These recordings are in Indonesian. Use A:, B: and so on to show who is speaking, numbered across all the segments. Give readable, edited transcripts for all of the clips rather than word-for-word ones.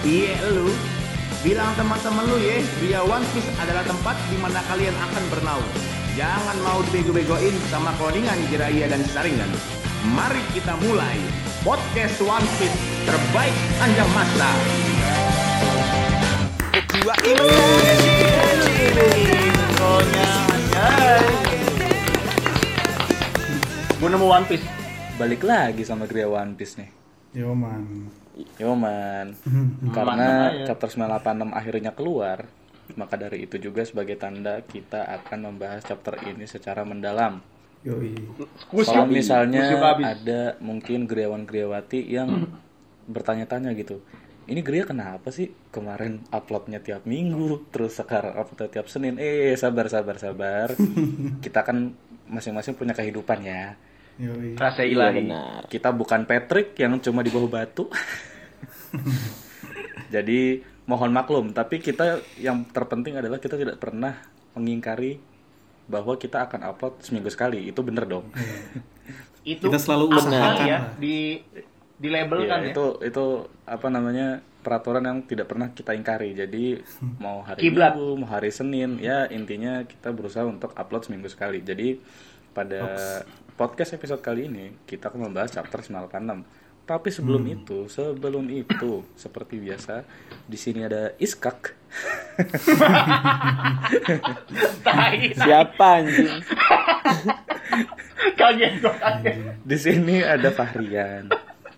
A: Iya lu, bilang teman-teman lu ya, Ria One Piece adalah tempat di mana kalian akan bernaung. Jangan mau dibego-begoin sama codingan Jiraiya dan Sharingan. Mari kita mulai podcast One Piece terbaik sepanjang masa.
B: Dua
A: Gue nemu One Piece.
C: Balik lagi sama Gria One Piece nih.
D: Yo man.
C: Karena chapter 986 akhirnya keluar, maka dari itu juga sebagai tanda kita akan membahas chapter ini secara mendalam.
D: Yoi.
C: Kalau misalnya ada mungkin Griawan-Griawati yang bertanya-tanya gitu, ini Gria kenapa sih kemarin uploadnya tiap minggu, terus sekarang uploadnya tiap Senin? Sabar. Kita kan masing-masing punya kehidupan ya.
D: Yoi.
A: Rasa ilahi.
C: Kita bukan Patrick yang cuma di bawah batu. Jadi mohon maklum, tapi kita yang terpenting adalah kita tidak pernah mengingkari bahwa kita akan upload seminggu sekali. Itu bener dong.
A: Itu
D: Kita selalu usahakan
A: ya,
D: lah.
A: di labelkan ya.
C: Itu apa namanya, peraturan yang tidak pernah kita ingkari. Jadi mau hari
A: Kiblat.
C: Minggu, mau hari Senin, ya intinya kita berusaha untuk upload seminggu sekali. Jadi pada podcast episode kali ini kita akan membahas chapter 986. Tapi sebelum itu, seperti biasa, di sini ada Iskak.
B: Siapa anjing?
A: Kaget.
C: Di sini ada Fahrian.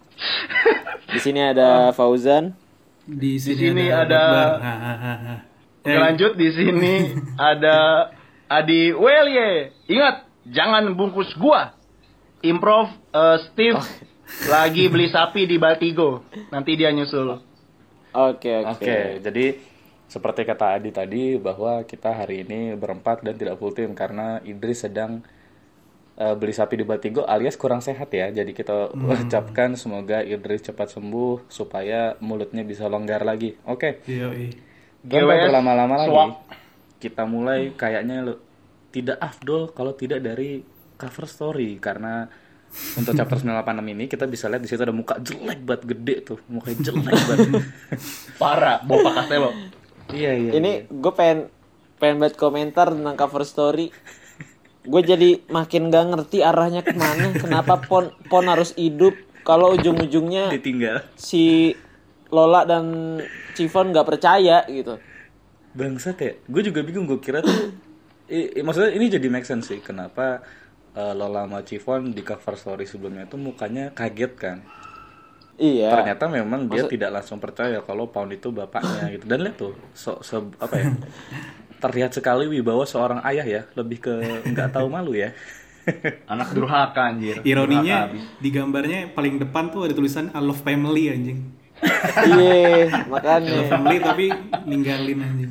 B: Di sini ada Fauzan.
D: Di
A: sini ada-
D: Bakbar.
A: Oke, lanjut, di sini ada Adi Welye. Ingat, jangan bungkus gua. Improv Steve lagi beli sapi di Baltigo. Nanti dia nyusul.
B: Oke.
C: Jadi seperti kata Adi tadi bahwa kita hari ini berempat dan tidak full team karena Idris sedang beli sapi di Batigo alias kurang sehat ya. Jadi kita ucapkan semoga Idris cepat sembuh supaya mulutnya bisa longgar lagi. Oke.
D: Yoi.
C: Tanpa berlama-lama lagi,
A: swap.
C: kita mulai kayaknya tidak afdol kalau tidak dari cover story, karena untuk chapter 986 ini kita bisa lihat di situ ada muka jelek banget, gede tuh, mukanya jelek banget.
A: Parah, Bapak Castello.
C: Iya.
B: Ini gue pengen buat komentar tentang cover story. Gue jadi makin gak ngerti arahnya kemana. Kenapa pon harus hidup kalau ujung-ujungnya
C: ditinggal.
B: si Lola dan Chiffon gak percaya gitu.
C: Bangsat ya, gue juga bingung, gue kira tuh maksudnya ini jadi make sense sih kenapa Lola sama Chiffon di cover story sebelumnya tuh mukanya kaget kan.
B: Iya.
C: Ternyata memang dia tidak langsung percaya kalau Pound itu bapaknya gitu. Dan lihat tuh, apa ya, terlihat sekali wibawa seorang ayah ya, lebih ke nggak tahu malu ya.
A: Anak durhaka anjir.
D: Ironinya
A: Durhaka abis.
D: di gambarnya paling depan tuh ada tulisan I love family anjing.
B: Iya,
D: I love
B: makanya.
D: family tapi ninggalin anjing.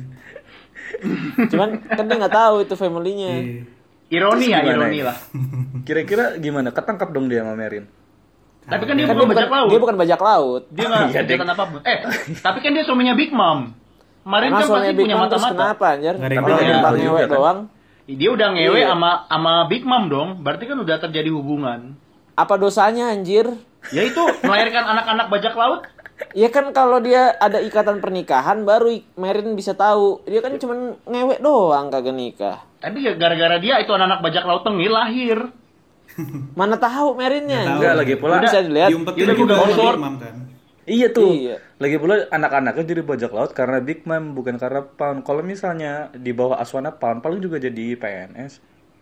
B: Cuman kan dia nggak tahu itu family-nya.
D: Iya.
A: Ironi ya,
C: Terus gimana
A: ironi
C: ya?
A: lah.
C: Kira-kira gimana? Ketangkap dong dia sama Merin.
A: Tapi kan dia
B: Kan
A: bukan bajak laut.
B: dia bukan bajak laut.
A: Dia nggak
C: Iya,
A: kegiatan apa. Tapi kan dia suaminya Big Mom. Kemarin
B: Emang
A: kan
B: suaminya
A: pasti
B: Big
A: punya
B: Mom terus
A: mata-mata.
B: kenapa anjir?
D: Nggak ada yang
B: Kalau
C: tahu.
B: numpang
C: Iya,
B: ngewek
C: juga kan.
B: doang.
A: Dia udah ngewe
B: Iya.
A: sama Big Mom dong. Berarti kan udah terjadi hubungan.
B: Apa dosanya anjir?
A: Ya itu melahirkan anak-anak bajak laut.
B: Ya kan kalau dia ada ikatan pernikahan baru Merin bisa tahu. Dia kan cuma ngewek doang kagak nikah.
A: Tapi ya gara-gara dia itu anak-anak bajak laut tengil lahir.
B: Mana tahu Merinnya?
D: Nggak tahu.
C: Enggak, lagi pula
B: Bisa dilihat.
D: Diumpetin
A: Yaudah,
D: juga
A: gua
D: sama
A: download.
D: Big Mom kan.
C: Iya tuh.
B: Iya.
C: Lagi pula anak-anaknya jadi bajak laut karena Big Mom, bukan karena Pound. Kalau misalnya di bawah asuhannya Pound, paling juga jadi PNS.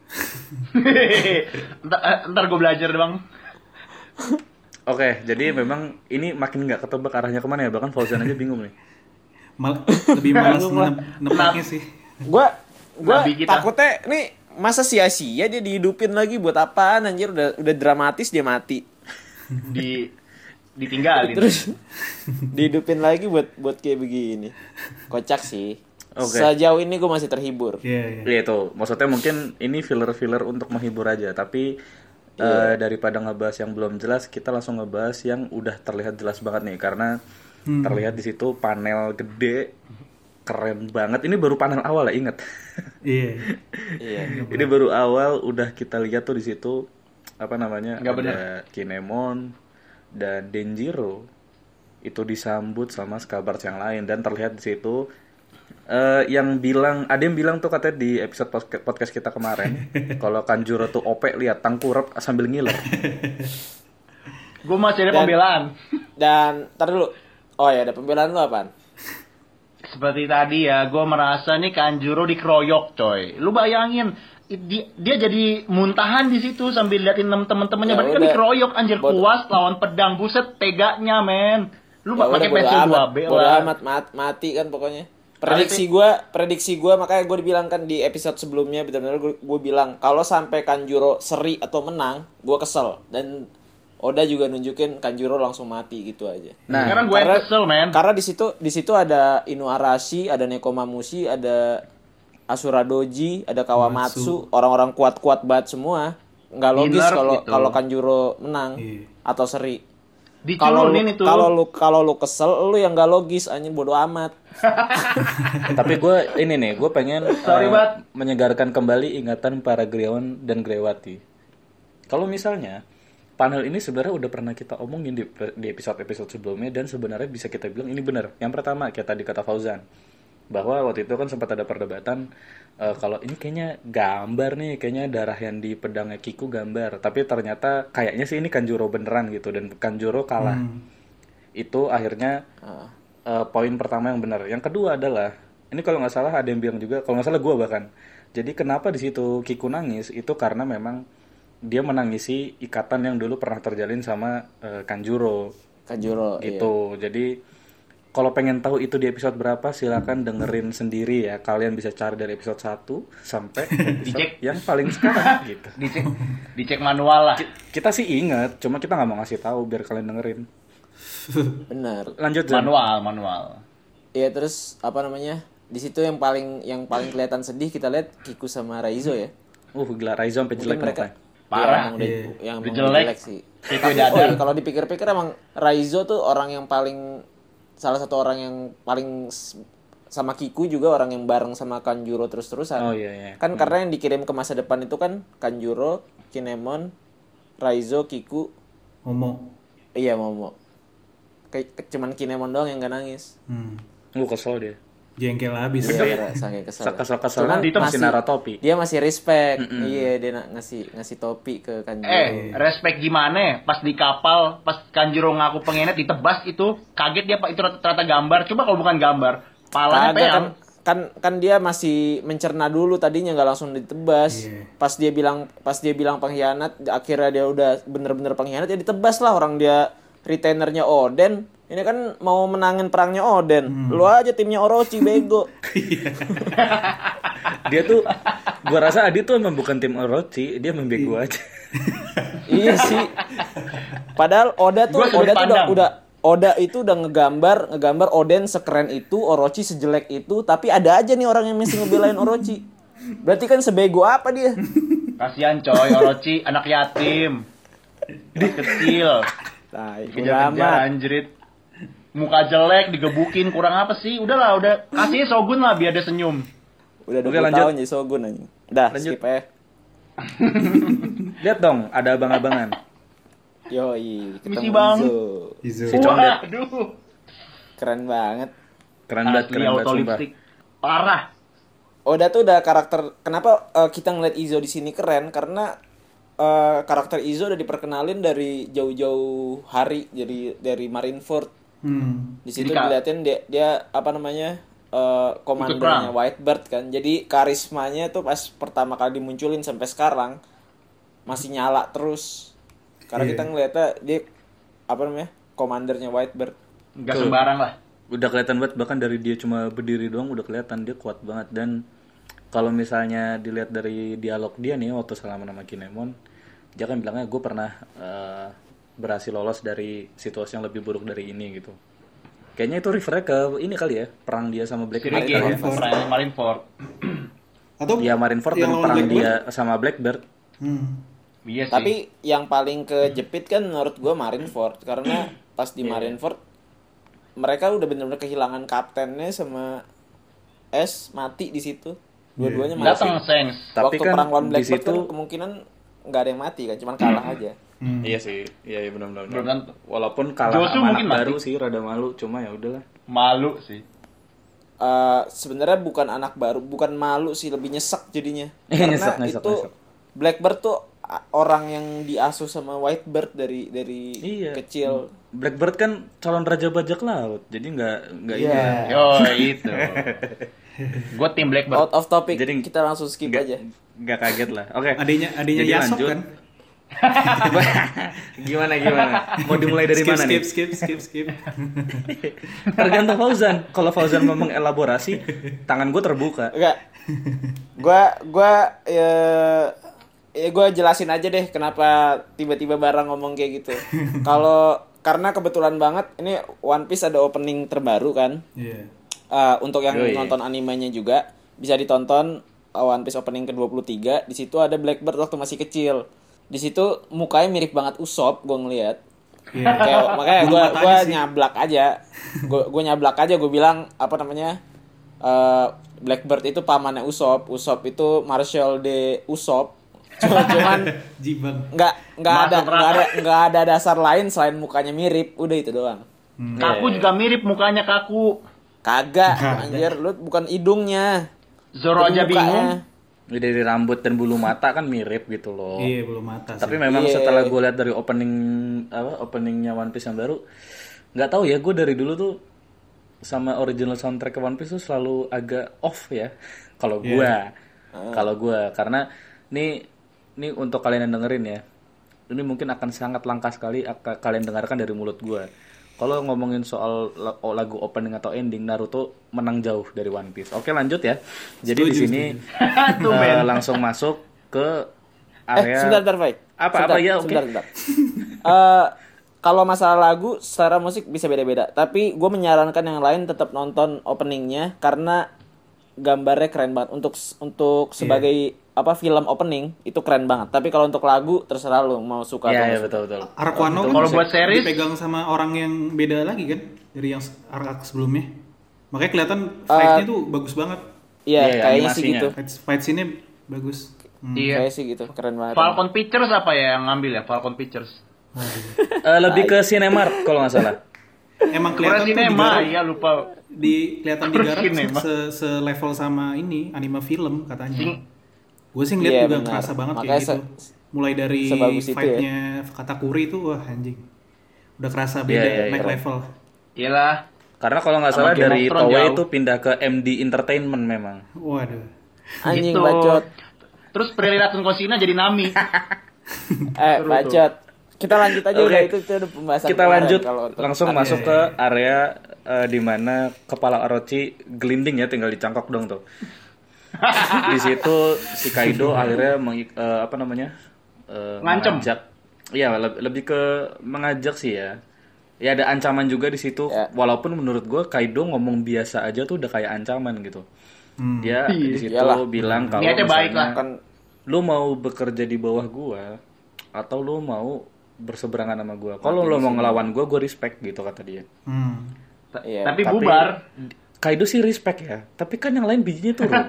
A: Ntar gue belajar bang.
C: Oke, jadi memang ini makin nggak ketebak arahnya kemana ya. Bahkan Fauzan aja bingung nih.
D: Lebih malas
B: Bingung lah.
D: nebaknya sih.
B: Gua
A: Nabi kita.
B: takutnya nih masa sia-sia dia dihidupin lagi buat apaan anjir, udah dramatis dia mati.
A: Ditinggalin.
B: Terus dihidupin lagi buat kayak begini. Kocak sih.
C: Oke.
B: Sejauh ini gue masih terhibur.
D: Iya.
C: Iya itu, maksudnya mungkin ini filler-filler untuk menghibur aja. Tapi daripada ngebahas yang belum jelas, kita langsung ngebahas yang udah terlihat jelas banget nih. Karena terlihat di situ panel gede, keren banget. Ini baru panel awal ya, ingat.
D: Iya.
B: Iya.
C: Ini baru awal udah kita lihat tuh di situ apa namanya,
A: Nggak
C: ada Kinemon dan Denjiro itu disambut sama Scabbards yang lain, dan terlihat di situ yang bilang, ada yang bilang tuh katanya di episode podcast kita kemarin kalau Kanjuro tuh OP, lihat tangkurap sambil ngiler.
E: Gue masih ada pembelaan.
B: Dan ntar dulu. Oh ya, ada pembelaan lu apaan?
E: Seperti tadi ya, gue merasa nih Kanjuro dikeroyok, coy. Lu bayangin, dia jadi muntahan di situ sambil liatin temen-temennya.
B: Ya
E: Berarti kan dikeroyok, anjir. Kuas lawan pedang, buset, teganya, men. Lu
B: Ya
E: pakai
B: bodo
E: pensil 2B
B: bodo
E: lah.
B: amat, mati kan pokoknya. Prediksi gue makanya gue dibilang kan di episode sebelumnya, benar-benar gue bilang kalau sampai Kanjuro seri atau menang, gue kesel. Dan Oda juga nunjukin Kanjuro langsung mati gitu aja.
E: Nah, sekarang gue kesel, men.
B: Karena di situ ada Inuarashi, ada Nekomamushi, ada Asura Doji, ada Kawamatsu, orang-orang kuat-kuat banget semua. Nggak logis kalau Kanjuro menang atau seri.
E: Dicurunin itu.
B: Kalau lu kesel, lu yang nggak logis, anjing, bodo amat.
C: Tapi gue pengen menyegarkan kembali ingatan para Griawan dan Griawati. Kalau misalnya panel ini sebenarnya udah pernah kita omongin di episode-episode sebelumnya, dan sebenarnya bisa kita bilang ini benar. Yang pertama, kayak tadi kata Fauzan, bahwa waktu itu kan sempat ada perdebatan kalau ini kayaknya gambar nih, kayaknya darah yang di pedangnya Kiku gambar, tapi ternyata kayaknya sih ini Kanjuro beneran gitu, dan Kanjuro kalah. Itu akhirnya poin pertama yang benar. Yang kedua adalah, ini kalau nggak salah ada yang bilang juga, kalau nggak salah gue bahkan, jadi kenapa di situ Kiku nangis itu karena memang dia menangisi ikatan yang dulu pernah terjalin sama Kanjuro gitu. Iya. Jadi kalau pengen tahu itu di episode berapa, silakan dengerin sendiri ya. Kalian bisa cari dari episode 1 sampai episode yang paling sekarang gitu.
E: Dicek manual lah.
C: Kita sih ingat, cuma kita nggak mau ngasih tahu biar kalian dengerin.
B: Benar.
C: Lanjut Zan.
E: Manual.
B: Iya, terus apa namanya? Di situ yang paling kelihatan sedih kita lihat Kiku sama Raizo ya.
C: Gila, Raizo sampai jelek mereka.
E: Parah.
B: Yang
E: jelek
B: sih.
E: Itu dadar.
B: Kalau dipikir-pikir emang Raizo tuh salah satu orang yang paling sama Kiku juga orang yang bareng sama Kanjuro terus-terusan.
C: Oh iya.
B: Kan karena yang dikirim ke masa depan itu kan Kanjuro, Kinemon, Raizo, Kiku,
D: Momo.
B: Iya, Momo. Kayak cuman Kinemon doang yang gak nangis.
C: Kesel dia.
D: Jengkel habis.
B: Iya, saking kesel.
C: Cuman itu masih naruh topi.
B: Dia masih respect. Iya, dia ngasih topi ke Kanjuro.
E: Respect gimana? Pas di kapal, pas Kanjuro ngaku pengkhianat ditebas itu, kaget dia Pak, itu ternyata gambar. Coba kalau bukan gambar, palanya peang.
B: Kan dia masih mencerna dulu, tadinya nggak langsung ditebas. Pas dia bilang pengkhianat, akhirnya dia udah bener-bener pengkhianat, ya ditebas lah. Orang dia retainernya Oden. Ini kan mau menangin perangnya Oden. Lu aja timnya Orochi, bego.
C: Dia tuh, gua rasa Adi tuh emang bukan tim Orochi, dia membego aja.
B: Iya sih. Padahal Oda itu udah ngegambar Oden sekeren itu, Orochi sejelek itu, tapi ada aja nih orang yang masih ngebelain Orochi. Berarti kan sebego apa dia?
E: Kasihan coy, Orochi anak yatim. Kecil. Kejar-kejar anjrit. Muka jelek, digebukin, kurang apa sih? Udah kasih Shogun lah biar dia senyum.
B: Udah 20 tahun jadi Shogun aja. Udah, skip ya.
C: Lihat dong, ada abang-abangan.
B: Yoi,
E: misi bang.
C: Si Condet.
E: Aduh.
B: Keren banget.
C: Keren banget sumpah.
E: Parah.
B: Oda tuh udah karakter. Kenapa kita ngeliat Izo di sini keren? Karena karakter Izo udah diperkenalin dari jauh-jauh hari, jadi dari Marineford. Di situ dilihatin dia apa namanya, komandannya Whitebird kan. Jadi karismanya tuh pas pertama kali dimunculin sampai sekarang masih nyala terus. Karena kita ngeliatnya dia apa namanya, komandernya Whitebird.
E: Nggak sembarang lah.
C: Udah kelihatan banget, bahkan dari dia cuma berdiri doang udah kelihatan dia kuat banget. Dan kalau misalnya dilihat dari dialog dia nih waktu salaman sama Kinemon, dia kan bilangnya gue pernah berhasil lolos dari situasi yang lebih buruk dari ini gitu. Kayaknya itu refernya ke ini kali ya, perang dia sama Blackbird.
E: Marineford.
D: Atau
C: ya Marineford dan perang Blackbird? Dia sama Blackbird.
E: Iya sih.
B: Tapi yang paling kejepit kan menurut gue Marineford, karena pas di Marineford mereka udah benar-benar kehilangan kaptennya sama S mati di situ. Dua-duanya mati.
E: Datang Sengs.
C: Tapi
B: waktu
C: kan
B: perang lawan Blackbird
C: situ,
B: kan kemungkinan nggak ada yang mati kan, cuman kalah aja.
C: Iya sih, iya benar-benar.
E: Belum tentu.
C: Walaupun kalah
E: Josu
C: sama
E: mungkin
C: anak baru
E: mati.
C: sih rada malu, cuma ya udahlah.
E: Malu sih.
B: Sebenarnya bukan anak baru, bukan malu sih, lebih nyesek jadinya.
C: Nyesek,
B: Karena itu Blackbird tuh orang yang diasuh sama Whitebird dari kecil.
C: Blackbird kan calon raja bajak laut, jadi nggak ini.
E: Yo itu. Gue tim Blackbird.
B: Out of topic,
C: Jadi
B: kita langsung skip aja.
C: Nggak kaget lah. Oke.
D: Adanya
C: Jadi
D: Yasop
C: lanjut.
D: kan?
C: gimana? Mau dimulai dari mana nih?
D: Skip.
C: Tergantung Fauzan. Kalau Fauzan mau mengelaborasi, tangan gue terbuka.
B: Enggak. Gue jelasin aja deh kenapa tiba-tiba barang ngomong kayak gitu. Karena kebetulan banget ini One Piece ada opening terbaru kan.
D: Iya.
B: Untuk yang nonton animenya juga bisa ditonton One Piece opening ke-23. Di situ ada Blackbird waktu masih kecil. Di situ mukanya mirip banget Usopp, gue ngeliat. Yeah. Makanya gue nyablak aja. Gue nyablak aja, gue bilang apa namanya? Blackbird itu pamannya Usopp. Usopp itu Marshall de Usopp. Cuman nggak ada dasar lain selain mukanya mirip. Udah itu doang.
E: Kaku juga mirip mukanya Kaku.
B: Kagak, anjir, lu bukan hidungnya.
E: Zoro aja bingung.
C: Dari rambut dan bulu mata kan mirip gitu loh.
D: Iya, bulu mata sih.
C: Tapi memang setelah gue lihat dari openingnya One Piece yang baru, nggak tahu ya, gue dari dulu tuh sama original soundtrack One Piece tuh selalu agak off ya. Kalau gue, karena ini untuk kalian yang dengerin ya, ini mungkin akan sangat langka sekali kalian dengarkan dari mulut gue. Kalau ngomongin soal lagu opening atau ending, Naruto menang jauh dari One Piece. Oke, lanjut ya. Jadi di sini langsung masuk ke area.
B: Sebentar, Pak.
C: Apa ya? Oke.
B: Sebentar. Kalau masalah lagu, secara musik bisa beda-beda. Tapi gue menyarankan yang lain tetap nonton openingnya karena gambarnya keren banget. Untuk sebagai film opening itu keren banget. Tapi kalau untuk lagu terserah lu mau suka atau
C: Iya, betul.
D: Arc Wano kan
E: kalau buat series
D: dipegang sama orang yang beda lagi kan dari yang arc sebelumnya. Makanya kelihatan fight-nya tuh bagus banget.
B: Iya, kayaknya sih gitu.
D: Fight scene-nya bagus.
E: Iya.
B: Kayak sih gitu, keren banget.
E: Falcon Pictures apa ya yang ngambil ya? Falcon Pictures.
C: Lebih ke Cinemark kalau nggak salah.
D: Emang kelihatan tuh
E: Cinema, iya lupa.
D: kelihatan digarap se-level sama ini anime film katanya. Gue sih ngeliat juga kerasa banget kayak gitu. Mulai dari fight-nya Katakuri itu wah anjing. Udah kerasa beda naik level.
E: Iyalah.
C: Karena kalau nggak salah dari Toei itu pindah ke MD Entertainment memang.
D: Waduh.
B: Anjing
E: gitu.
B: bacot.
E: Terus Prilly Latunconsina jadi Nami.
B: Bacot. Kita lanjut aja udah itu udah pembahasan.
C: Kita lanjut langsung masuk ke area di mana kepala Orochi gelinding ya, tinggal dicangkok dong tuh. Di situ si Kaido akhirnya
E: ngancem.
C: Iya, lebih ke mengajak sih ya. Ya ada ancaman juga di situ. Walaupun menurut gue Kaido ngomong biasa aja tuh udah kayak ancaman gitu. Dia di situ bilang kalau misalnya lu mau bekerja di bawah gua atau lu mau berseberangan sama gua. Kalau lu mau ngelawan gua respect gitu kata dia.
E: Tapi bubar.
C: Kaido sih respect ya, tapi kan yang lain bijinya turun.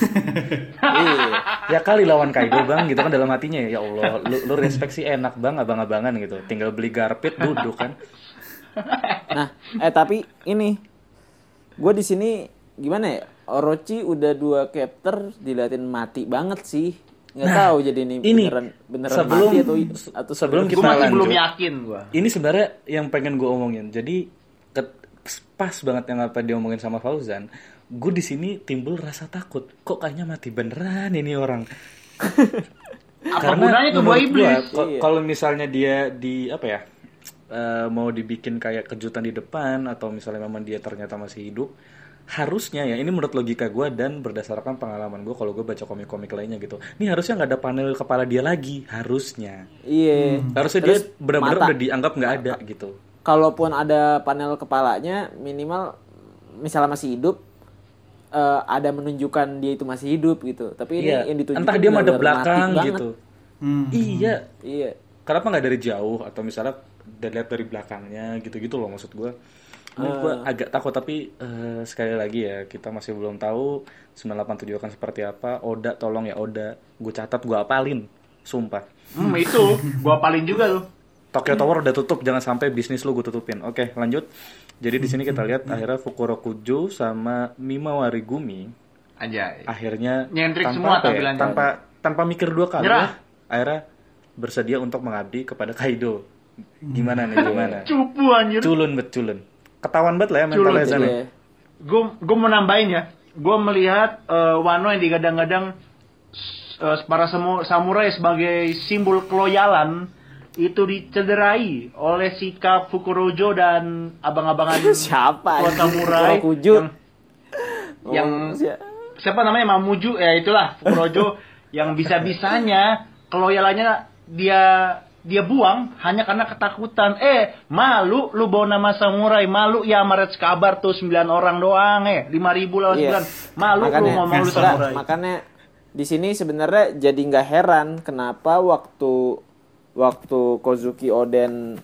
C: Ya kali lawan Kaido bang, gitu kan dalam hatinya ya Allah, lu respect sih enak bang, abang-abangan gitu, tinggal beli garpit duduk kan.
B: Nah, tapi ini, gue di sini gimana ya, Orochi udah 2 chapter diliatin mati banget sih, nggak tahu jadi ini beneran
C: sebelum,
B: mati atau
C: sebelum kita
E: masih
C: lanjut,
E: belum yakin gue.
C: Ini sebenarnya yang pengen gue omongin, jadi pas banget yang apa diomongin sama Fauzan, gue di sini timbul rasa takut. Kok kayaknya mati beneran ini orang?
E: Apa gunanya tuh buah iblis?
C: Kalau misalnya dia mau dibikin kayak kejutan di depan atau misalnya memang dia ternyata masih hidup, harusnya ya ini menurut logika gue dan berdasarkan pengalaman gue kalau gue baca komik-komik lainnya gitu. Ini harusnya nggak ada panel kepala dia lagi, harusnya.
B: Iya.
C: Harusnya terus dia benar-benar udah dianggap nggak ada gitu.
B: Kalaupun ada panel kepalanya, minimal misalnya masih hidup, ada menunjukkan dia itu masih hidup gitu. Tapi ini yang ditunjukkan
C: entah dia madep belakang gitu. Iya. Kenapa nggak dari jauh atau misalnya lihat dari belakangnya gitu-gitu loh maksud gue. Gue agak takut tapi sekali lagi ya kita masih belum tahu 987 akan seperti apa. Oda tolong ya Oda, gue catat gue apalin. Sumpah.
E: Itu gua apalin juga tuh.
C: Tokyo Tower udah tutup, jangan sampai bisnis lu gue tutupin. Oke, lanjut. Jadi di sini kita lihat akhirnya Fukurokujo sama Mimawari Gumi
E: Anjay.
C: akhirnya
E: nyentrik semua tampilannya.
C: Tanpa mikir dua kali
E: Nyerah.
C: akhirnya bersedia untuk mengabdi kepada Kaido. Gimana nih, gimana?
E: Cupu anjir.
C: Culun. Ketahuan banget lah ya mentalnya sana.
E: Gue mau nambahin ya. Gue melihat Wano yang digadang-gadang para samurai sebagai simbol keloyalan itu dicederai oleh sikap Fukurojo dan abang-abangan
B: siapa
E: samurai yang siapa namanya Mamuju ya itulah Fukurojo yang bisa-bisanya keloyalannya dia buang hanya karena ketakutan. Malu lu bawa nama samurai, malu ya Red Scabbard tuh 9 orang doang 5.000 lawan 9. Malu makanya, lu ngomong lu samurai.
B: Makanya di sini sebenarnya jadi nggak heran kenapa waktu Kozuki Oden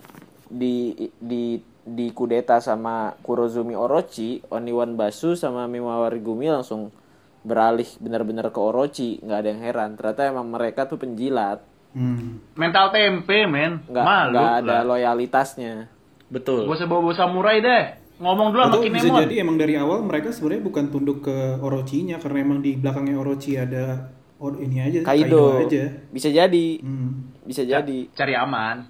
B: di kudeta sama Kurozumi Orochi, Oniwan Basu sama Mimawari Gumi langsung beralih benar-benar ke Orochi. Nggak ada yang heran, ternyata emang mereka tuh penjilat.
E: Mental tempe men.
B: Nggak ada loyalitasnya.
C: Betul.
E: Gua bawa samurai deh. Ngomong dulu sama Kinemon.
D: Bisa jadi emang dari awal mereka sebenarnya bukan tunduk ke Orochinya karena emang di belakangnya Orochi ada ini aja
B: Kaido aja. Bisa jadi. Bisa jadi.
E: Cari aman.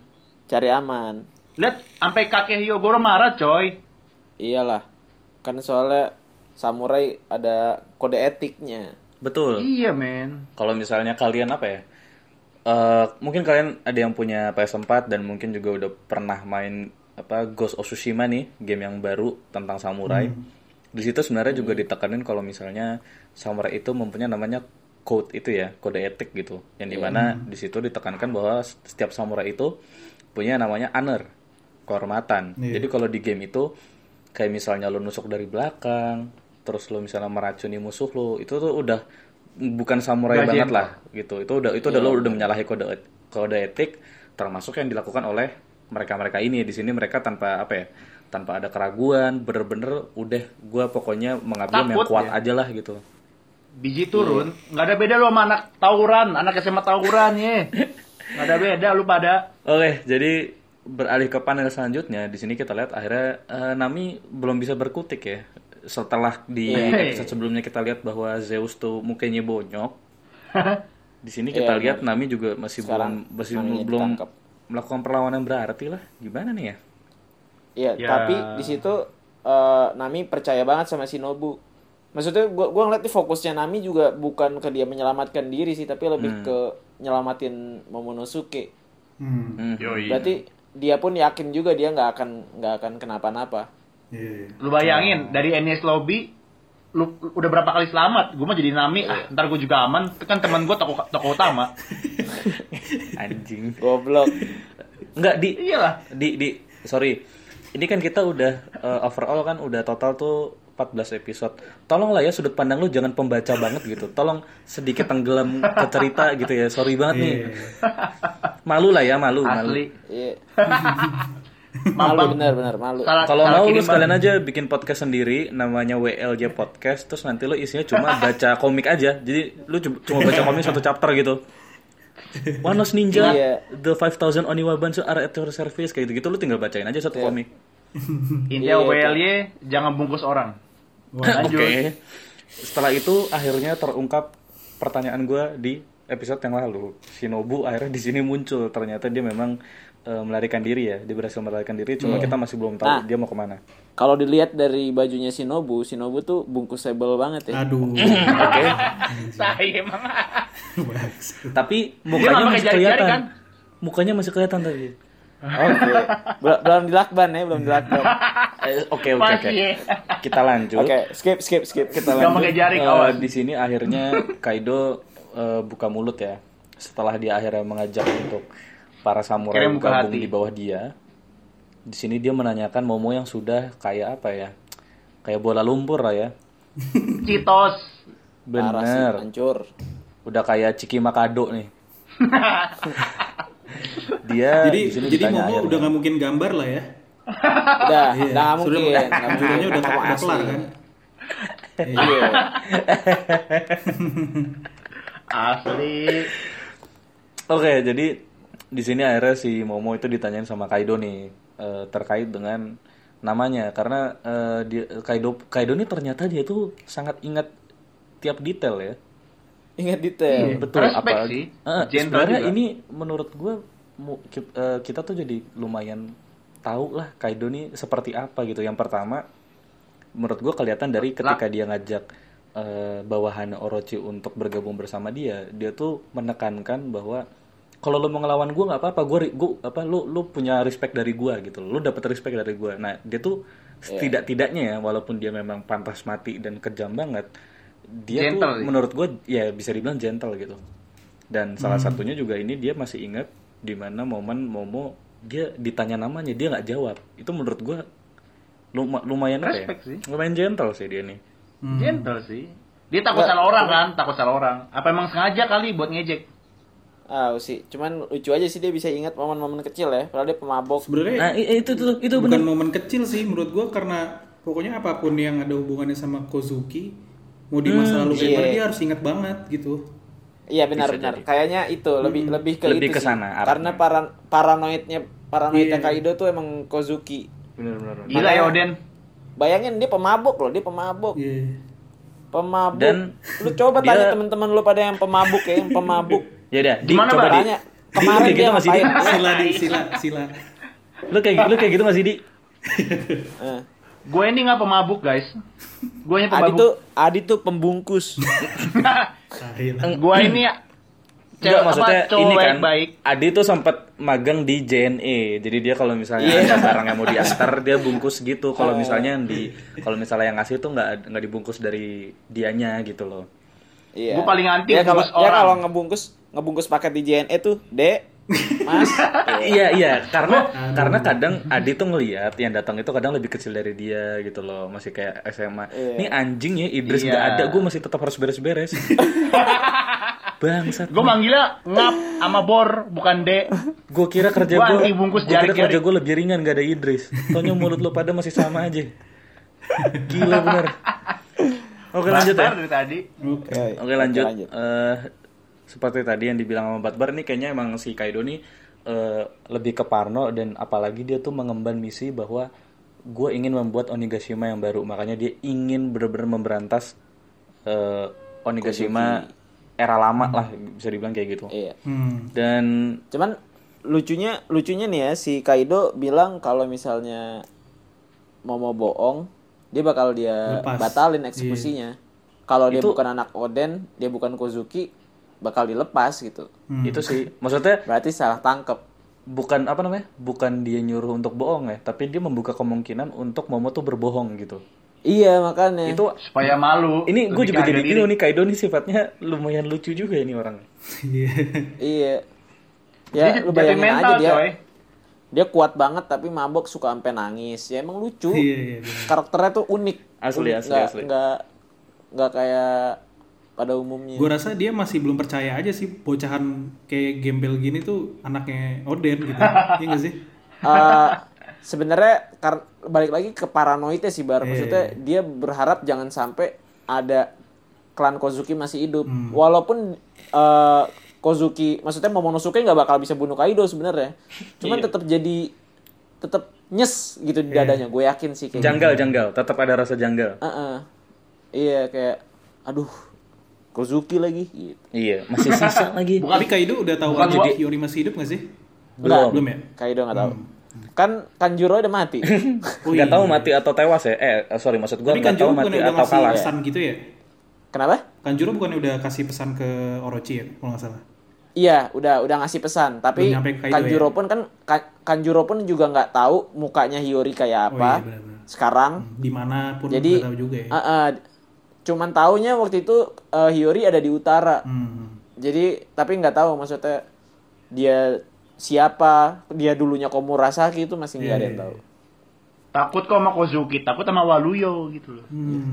B: Lihat
E: sampai kakek Hyogoro marah, coy.
B: Iyalah. Kan soalnya samurai ada kode etiknya.
C: Betul.
E: Iya, men.
C: Kalau misalnya kalian apa ya? Mungkin kalian ada yang punya PS4 dan mungkin juga udah pernah main Ghost of Tsushima nih, game yang baru tentang samurai. Di situ sebenarnya juga ditekanin kalau misalnya samurai itu mempunyai namanya code itu ya, kode etik gitu. Yang dimana di situ ditekankan bahwa setiap samurai itu punya namanya honor, kehormatan. Jadi kalau di game itu kayak misalnya lo nusuk dari belakang, terus lo misalnya meracuni musuh lo, itu tuh udah bukan samurai banget lah gitu. Itu udah lo udah menyalahi kode etik termasuk yang dilakukan oleh mereka ini. Di sini mereka tanpa ada keraguan, bener-bener udah gue pokoknya mengabdi yang kuat aja lah gitu.
E: Biji turun, nggak ada beda lu sama anak tawuran, anak SMA tawuran ya. Nggak ada beda lu pada.
C: Oke, jadi beralih ke panel selanjutnya. Di sini kita lihat akhirnya Nami belum bisa berkutik ya. Setelah di episode sebelumnya kita lihat bahwa Zeus tuh mukanya bonyok. Di sini kita lihat Nami juga masih belum melakukan perlawanan berarti lah. Gimana nih ya?
B: Iya, tapi di situ Nami percaya banget sama Shinobu. Maksudnya gue ngeliat nih fokusnya Nami juga bukan ke dia menyelamatkan diri sih, tapi lebih ke nyelamatin Momonosuke. Berarti dia pun yakin juga dia nggak akan kenapa-napa.
E: Lu bayangin dari NS Lobby lu udah berapa kali selamat, gue mah jadi Nami ntar gue juga aman. Itu kan teman gue toko utama.
C: Anjing
B: goblok.
C: Enggak
E: iyalah
C: sorry, ini kan kita udah overall kan udah total tuh 14 episode. Tolonglah ya sudut pandang lu jangan pembaca banget gitu. Tolong sedikit tenggelam ke cerita gitu ya. Sorry banget nih. Malu lah ya, malu.
E: Asli.
B: Iya. Malu benar malu.
C: Kalau mau lu sekalian aja bikin podcast sendiri namanya WLJ Podcast, terus nanti lu isinya cuma baca komik aja. Jadi lu cuma baca komik satu chapter gitu. One Lost Ninja, The 5000 Oniwa Bansu are at your service kayak gitu. Lu tinggal bacain aja satu komik.
E: Intinya WLY jangan bungkus orang.
C: Oke. Setelah itu akhirnya terungkap pertanyaan gue di episode yang lalu. Shinobu akhirnya di sini muncul. Ternyata dia memang melarikan diri ya. Dia berhasil melarikan diri. Cuma kita masih belum tahu dia mau kemana.
B: Kalau dilihat dari bajunya Shinobu tuh bungkusable banget ya.
D: Aduh.
C: Oke.
E: Saya emang.
C: Tapi mukanya masih kelihatan. Kan? Mukanya masih kelihatan tadi.
B: Oke. Belum dilakban.
C: Oke. Kita lanjut.
B: Oke, skip. Kita lanjut.
E: Gak pakai jaring.
C: Di sini akhirnya Kaido buka mulut ya. Setelah dia akhirnya mengajak untuk para samurai gabung di bawah dia. Di sini dia menanyakan Momo yang sudah kayak apa ya? Kayak bola lumpur lah ya.
E: Citos.
C: Bener.
B: Hancur.
C: Udah kayak Ciki Makado nih. Dia
D: jadi Momo udah nggak mungkin gambar lah ya.
B: Udah nggak mungkin.
D: Judulnya udah kelar kan.
B: Iya.
E: Asli.
C: Oke, jadi di sini akhirnya si Momo itu ditanyain sama Kaido nih terkait dengan namanya karena Kaido ini ternyata dia tuh sangat ingat tiap detail ya.
B: Ingat detail.
C: Betul. Apalagi sebenarnya ini menurut gue kita tuh jadi lumayan tahu lah Kaido nih seperti apa gitu. Yang pertama menurut gue kelihatan dari ketika dia ngajak bawahan Orochi untuk bergabung bersama dia tuh menekankan bahwa kalau lo mau ngelawan gue nggak apa-apa, lu punya respect dari gue gitu, lu dapet respect dari gue. Nah dia tuh setidak-tidaknya ya, walaupun dia memang pantas mati dan kejam banget, dia gentle, tuh menurut gue ya bisa dibilang gentle gitu. Dan salah satunya juga ini dia masih ingat di mana momen Momo dia ditanya namanya dia nggak jawab. Itu menurut gue lumayan
E: respect
C: apa ya? Sih. Lumayan gentle sih dia nih.
E: Gentle sih. Dia takut salah orang kan, takut salah orang. Apa emang sengaja kali buat ngejek?
B: Sih, cuman lucu aja sih dia bisa ingat momen-momen kecil ya, padahal dia pemabok.
D: Sebenarnya itu bukan bener. Momen kecil sih menurut gua karena pokoknya apapun yang ada hubungannya sama Kozuki, mau di masa lalu kayak dia harus ingat banget gitu.
B: Iya benar-benar. Kayaknya itu lebih ke
C: itu
B: sana, sih. Karena paranoidnya Kaido tuh emang Kozuki.
C: Benar-benar.
E: Gila ya Oden.
B: Bayangin dia pemabok loh, dia pemabok.
D: Yeah.
B: Pemabok. Dan lu coba tanya teman-teman lu pada yang pemabuk ya, yang pemabuk.
C: Ya udah,
E: gimana
C: coba
B: tanya. Kemarin dia masih
D: sila.
C: Lu kayak gitu masih di.
E: Gue ini nggak pemabuk guys. Gue ini pemabuk.
B: Adi tuh pembungkus.
E: Gue ini
C: Enggak, maksudnya ini kan baik. Adi tuh sempat magang di JNE. Jadi dia kalau misalnya ada barang yang mau diantar dia bungkus gitu. Kalau misalnya yang ngasih tuh nggak dibungkus dari dianya gitu loh.
B: Iya.
E: Gue paling anti
B: kalau ngebungkus paket di JNE tuh, Dek, Mas.
C: Iya, karena kadang Adi tuh ngelihat yang datang itu kadang lebih kecil dari dia gitu loh, masih kayak SMA. Nih anjing ya Idris nggak ada, gue masih tetap harus beres-beres. Bangsat.
E: Gue manggilnya ngap sama Bor, bukan Dek.
C: Gue kira kerja gue lebih ringan gak ada Idris. Taunya mulut lo pada masih sama aja. Gila bener. Oke lanjut ya. Oke lanjut. Seperti tadi yang dibilang sama Batbar nih kayaknya emang si Kaido nih lebih ke parno dan apalagi dia tuh mengemban misi bahwa gue ingin membuat Onigashima yang baru, makanya dia ingin benar-benar memberantas Onigashima era lama lah bisa dibilang kayak gitu.
B: Iya.
C: Dan
B: cuman lucunya nih ya si Kaido bilang kalau misalnya mau bohong dia bakal batalin eksekusinya. Kalau dia bukan anak Oden, dia bukan Kozuki, bakal dilepas gitu.
C: Itu sih maksudnya
B: berarti salah tangkep.
C: Bukan bukan dia nyuruh untuk bohong ya, tapi dia membuka kemungkinan untuk Momo tuh berbohong gitu.
B: Iya makanya.
E: Itu supaya malu.
C: Ini gue juga jadi bingung nih, Kaido nih sifatnya lumayan lucu juga ini orang.
B: Iya. Ya lu bayangin aja dia kuat banget tapi mabok suka sampai nangis. Ya emang lucu.
D: Iya.
B: Karakternya tuh unik.
C: Asli.
B: Nggak kayak pada umumnya.
D: Gue rasa dia masih belum percaya aja sih bocahan kayak gembel gini tuh anaknya Oden gitu. Iya nggak sih?
B: Sebenarnya balik lagi ke paranoidnya sih Bar. Maksudnya dia berharap jangan sampai ada klan Kozuki masih hidup. Walaupun Kozuki, maksudnya Momonosuke nggak bakal bisa bunuh Kaido sebenarnya. Cuman tetap nyes gitu di dadanya. Gue yakin sih kayak
C: janggal. Tetap ada rasa janggal.
B: Iya kayak aduh Kozuki lagi gitu.
C: Iya, masih sisa lagi.
D: Tapi Kaido udah tahu aja Hiyori masih hidup nggak sih?
B: Belum ya? Kaido nggak tahu. Kan Kanjuro udah mati.
C: Nggak tahu mati atau tewas ya? Sorry, maksud gue nggak tahu mati atau kalah.
D: Pesan gitu ya?
B: Kenapa?
D: Kanjuro bukannya udah kasih pesan ke Orochi ya, kalau nggak salah?
B: Iya, udah ngasih pesan. Tapi Kanjuro pun Kanjuro pun juga nggak tahu mukanya Hiyori kayak apa.
D: Benar.
B: Sekarang.
D: Di mana pun nggak tahu juga ya.
B: Cuman taunya waktu itu Hiyori ada di utara. Jadi tapi nggak tahu maksudnya dia siapa, dia dulunya Komurasaki itu masih nggak ada yang tahu.
E: Takut kok sama Kozuki, takut sama Waluyo gitu loh.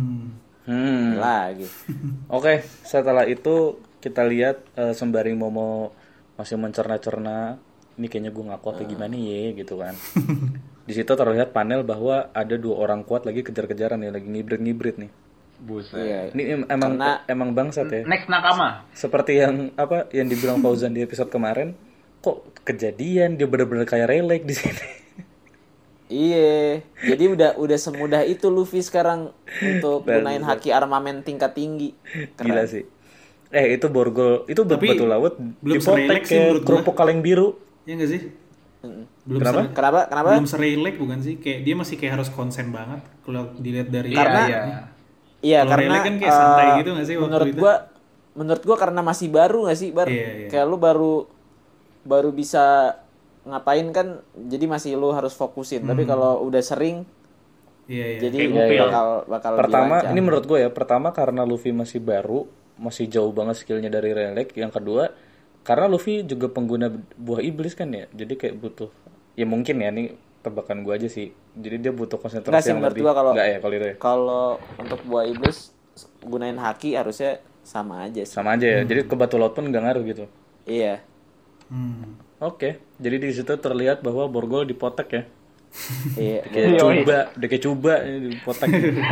B: Lagi.
C: Oke, setelah itu kita lihat sembari Momo masih mencerna-cerna, ini kayaknya gue nggak kuat gimana ya gitu kan. Di situ terlihat panel bahwa ada 2 orang kuat lagi kejar-kejaran nih, lagi ngibrit nih.
E: Buset.
C: Iya. Ini emang bangsat ya.
E: Next Nakama.
C: Seperti yang dibilang Fauzan di episode kemarin, kok kejadian dia benar-benar kayak Rayleigh di sini.
B: Iya, jadi udah semudah itu Luffy sekarang untuk gunain haki armamen tingkat tinggi.
C: Keren. Gila sih. Itu borgol, itu batu laut dipotek kayak kerupuk kaleng biru.
D: Iya nggak sih?
B: Kenapa?
D: Belum se-Rayleigh bukan sih? Kayak dia masih kayak harus konsen banget kalau dilihat dari.
B: Iya, karena
D: kan kayak santai gitu nggak sih waktu itu?
B: Menurut gua karena masih baru nggak sih,
D: Iya.
B: Kayak lu baru bisa ngapain kan, jadi masih lu harus fokusin. Tapi kalau udah sering, jadi bakal
C: pertama ini menurut gue ya, pertama karena Luffy masih baru, masih jauh banget skillnya dari Rayleigh. Yang kedua karena Luffy juga pengguna buah iblis kan ya, jadi kayak butuh, ya mungkin ya ini tebakan gue aja sih, jadi dia butuh konsentrasi yang lebih.
B: Kalau untuk buah iblis gunain haki harusnya sama aja sih.
C: Jadi ke batu laut pun nggak ngaruh gitu.
B: Iya.
C: Oke, jadi di situ terlihat bahwa borgol dipotek ya.
B: Iya.
C: Kayak coba dipotek.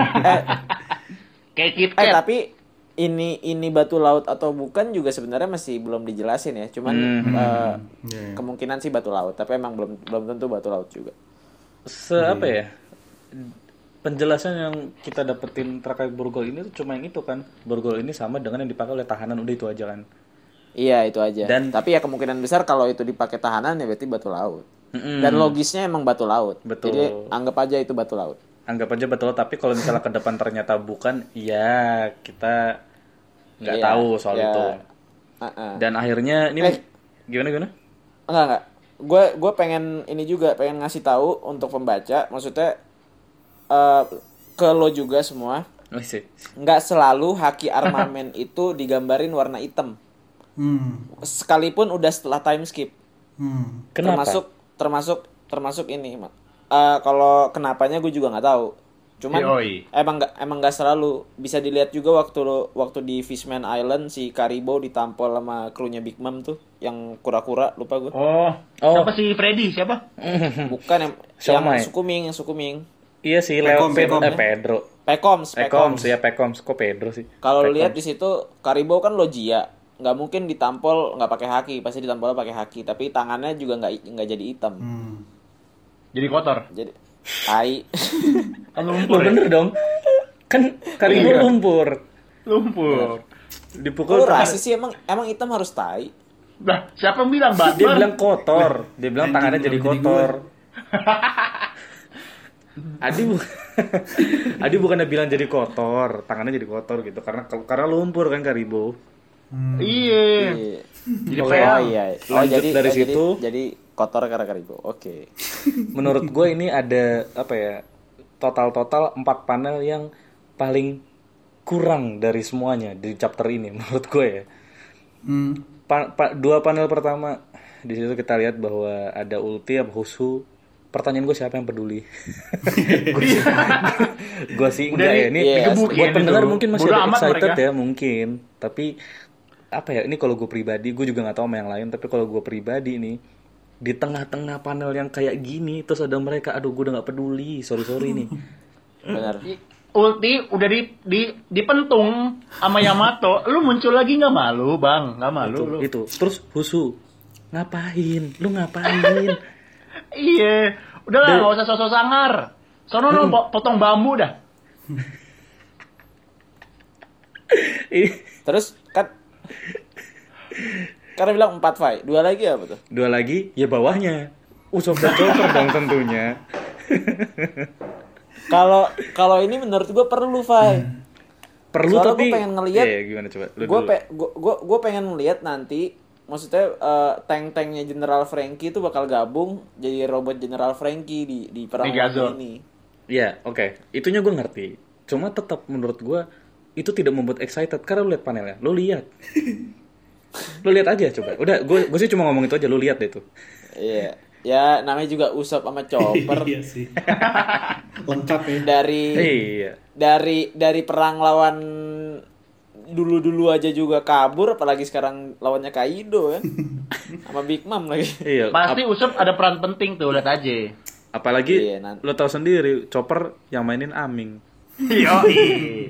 E: Kayak KitKat.
B: Tapi ini batu laut atau bukan juga sebenarnya masih belum dijelasin ya. Cuman kemungkinan sih batu laut, tapi emang belum tentu batu laut juga.
C: Apa ya? Penjelasan yang kita dapetin terkait borgol ini tuh cuma yang itu kan. Borgol ini sama dengan yang dipakai oleh tahanan, udah itu aja kan.
B: Iya, itu aja. Tapi ya kemungkinan besar kalau itu dipakai tahanan ya berarti batu laut. Dan logisnya emang batu laut.
C: Betul.
B: Jadi anggap aja itu batu laut.
C: Tapi kalau misalnya ke depan ternyata bukan, ya kita nggak tahu soal itu. Dan akhirnya ini gimana?
B: Enggak. Gue pengen ngasih tahu untuk pembaca, maksudnya ke lo juga semua. Nggak selalu haki armamen itu digambarin warna hitam. Sekalipun udah setelah time skip.
C: Kenapa?
B: Termasuk ini. Kalau kenapanya gue juga nggak tahu. Cuman emang nggak selalu. Bisa dilihat juga waktu di Fishman Island si Karibo ditampol sama krunya Big Mom tuh, yang kura-kura, lupa gue.
E: Siapa si Freddy? Siapa?
B: Bukan yang Sukuming.
C: Iya sih, Pedro.
B: Pekoms.
C: Ya Pekoms. Kok Pedro sih?
B: Kalau lihat di situ Karibo kan Logia. Nggak mungkin ditampol nggak pakai haki, pasti ditampol pakai haki, tapi tangannya juga nggak jadi hitam.
E: Jadi kotor.
B: Jadi tai.
E: Kan lumpur.
C: Bener dong. Kan Karibo lumpur. Dipukul.
B: Rasis sih emang hitam harus tai.
E: Nah, siapa yang bilang, Batman?
C: Dia bilang kotor. Dia bilang tangannya jadi kotor. Adi bukannya bilang jadi kotor, tangannya jadi kotor gitu karena lumpur kan Karibo.
E: Iya.
B: Jadi
C: dari situ
B: jadi kotor karena Karibo. Oke.
C: Menurut gue ini ada total 4 panel yang paling kurang dari semuanya di chapter ini menurut gue ya. 2 panel pertama di situ kita lihat bahwa ada ulti sama Husu. Pertanyaan gue siapa yang peduli? Gue sih enggak ya. Ini buat pendengar mungkin masih ada excited ya mungkin. Tapi ini kalau gue pribadi, gue juga nggak tahu sama yang lain. Tapi kalau gue pribadi nih, di tengah-tengah panel yang kayak gini, terus ada mereka, aduh gue udah nggak peduli, sorry nih.
B: Benar.
E: Ulti udah dipentung sama Yamato, lu muncul lagi nggak malu bang? Nggak malu
C: itu. Terus Husu, ngapain?
E: Iya, udahlah nggak usah sosok sangar. Sono lo potong bambu dah.
B: Terus kan karena bilang 4 fight, 2 lagi apa tuh?
C: 2 lagi ya bawahnya. Usopp dan Chopper dong tentunya.
B: Kalau ini menurut gue perlu fight.
C: Perlu. Soalnya tapi gue
B: pengen ngelihat.
C: Gimana coba?
B: Gue pengen ngelihat nanti. Maksudnya tank-tanknya General Frankie itu bakal gabung jadi robot General Frankie di perang ini.
C: Iya, oke. Itunya gue ngerti. Cuma tetap menurut gue itu tidak membuat excited karena lu lihat panelnya. Lu lihat. Lu lihat aja coba. Udah, gue sih cuma ngomong itu aja. Lu lihat deh itu.
B: Iya. Ya namanya juga Usopp sama Chopper.
D: Iya sih. Lengkap ya.
B: Dari perang lawan dulu aja juga kabur, apalagi sekarang lawannya Kaido kan. Sama Big Mom lagi.
C: Iya.
E: Pasti Usopp ada peran penting tuh, lihat aja.
C: Apalagi lo tahu sendiri, Chopper yang mainin Aming.
E: Yoi.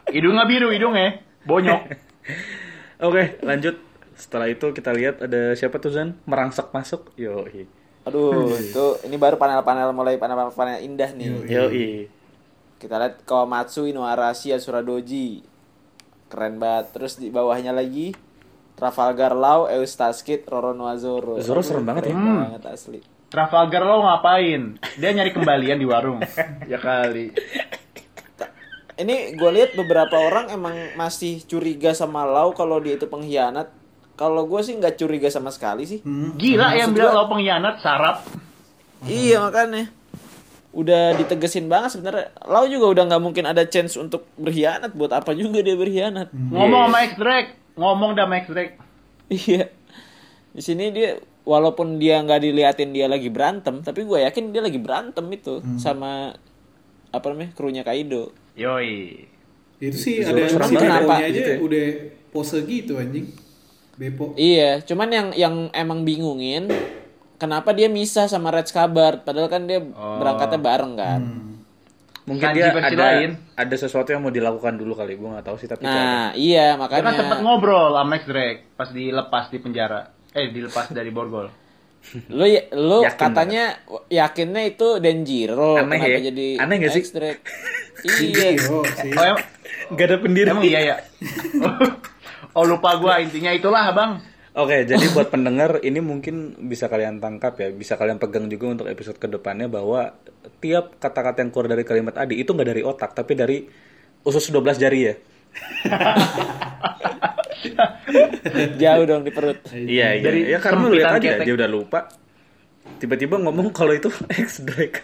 E: Hidungnya biru, hidungnya bonyok.
C: Oke, lanjut. Setelah itu kita lihat ada siapa tuh Zan? Merangsek masuk. Yoi.
B: Aduh, itu ini baru panel-panel mulai panel-panel indah nih.
C: Yoi.
B: Kita lihat Kawamatsu, Inuarashi, Asuradoji. Keren banget. Terus di bawahnya lagi Trafalgar Law, Eustace Kid, Roronoa Zoro.
C: Zoro serem banget ya.
B: Banget asli.
E: Trafalgar Law ngapain? Dia nyari kembalian di warung. Ya kali.
B: Ini gue lihat beberapa orang emang masih curiga sama Lau kalau dia itu pengkhianat. Kalau gue sih nggak curiga sama sekali sih.
E: Gila yang bilang Lau pengkhianat, sarap.
B: Iya makanya. Udah ditegesin banget sebenarnya. Lau juga udah nggak mungkin ada chance untuk berkhianat. Buat apa juga dia berkhianat?
E: Ngomong sama X-Drake. Ngomong dah sama X-Drake.
B: Iya. Di sini dia walaupun dia nggak diliatin dia lagi berantem, tapi gue yakin dia lagi berantem itu sama apa namanya krunya Kaido.
E: Yoi.
D: Itu sih ada si Bepo-nya aja gitu ya? Udah pose gitu anjing. Bepo.
B: Iya, cuman yang emang bingungin kenapa dia misah sama Red Scabbard padahal kan dia berangkatnya bareng kan.
C: Mungkin dia ada sesuatu yang mau dilakukan dulu kali, gue nggak tahu sih tapi.
B: Nah, iya makanya.
E: Dia kan sempat ngobrol sama Max Drake pas dilepas di penjara. Dilepas dari borgol.
B: Lu katanya yakinnya itu Denjiro.
C: Aneh ya?
B: Jadi
C: aneh nggak sih?
B: Iya.
C: Gak ada pendiri.
E: Emang iya ya? Oh lupa gua, intinya itulah bang.
C: Oke, jadi buat pendengar ini mungkin bisa kalian tangkap ya, bisa kalian pegang juga untuk episode kedepannya bahwa tiap kata-kata yang keluar dari kalimat Adi itu nggak dari otak tapi dari usus 12 jari ya.
B: Jauh dong di perut.
C: Iya. Ya karena lu lihat aja dia udah lupa. Tiba-tiba ngomong kalau itu X-Drake.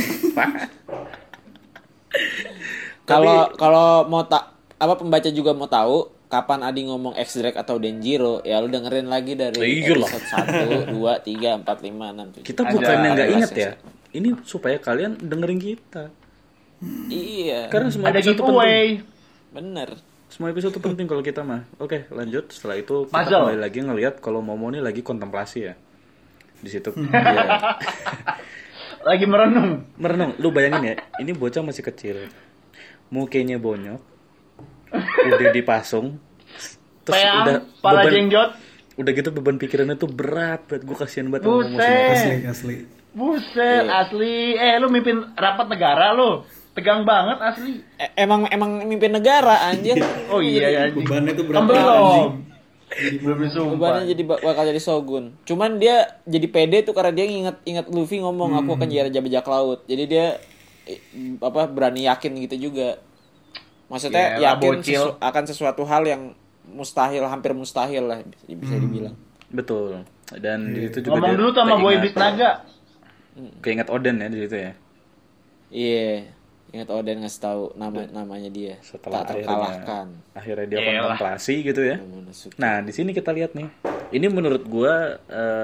B: Kalau mau pembaca juga mau tahu kapan Adi ngomong X-Drake atau Denjiro, ya lu dengerin lagi dari episode 1, 2, 3, 4, 5, 6, 7.
C: Kita bukannya nggak inget ya. Ini supaya kalian dengerin kita.
B: Iya.
C: Karena semua
E: ada giveaway.
B: Bener.
C: Semua episode itu penting kalau kita mah. Oke, lanjut. Setelah itu kita kembali lagi ngelihat kalau Momo ini lagi kontemplasi ya. Di situ. Dia...
E: lagi merenung.
C: Lu bayangin ya, ini bocah masih kecil. Mukanya bonyok. Udah dipasung. Terus udah
E: pala jenggot.
C: Udah gitu beban pikirannya tuh berat. Gue kasihan banget
E: sama Momo.
D: Asli.
E: Buset, asli. Lu mimpin rapat negara lu. Tegang banget asli.
B: Emang mimpin negara anjing.
E: Oh iya anjing.
D: Bebannya tuh berat
E: belum disumpah.
B: Bebannya jadi bakal jadi shogun. Cuman dia jadi pede tuh karena dia ingat Luffy ngomong aku akan jadi raja bajak laut. Jadi dia berani yakin gitu juga. Maksudnya yakin akan sesuatu hal yang hampir mustahil lah bisa dibilang.
C: Betul. Dan di situ juga
E: ngomong dulu sama Boy Big Naga.
C: Keinget Oden ya di situ ya.
B: Iya. Ingat Oden ngasih tahu namanya dia.
C: Setelah
B: tak terkalahkan.
C: Akhirnya dia kontemplasi gitu ya. Nah di sini kita lihat nih. Ini menurut gua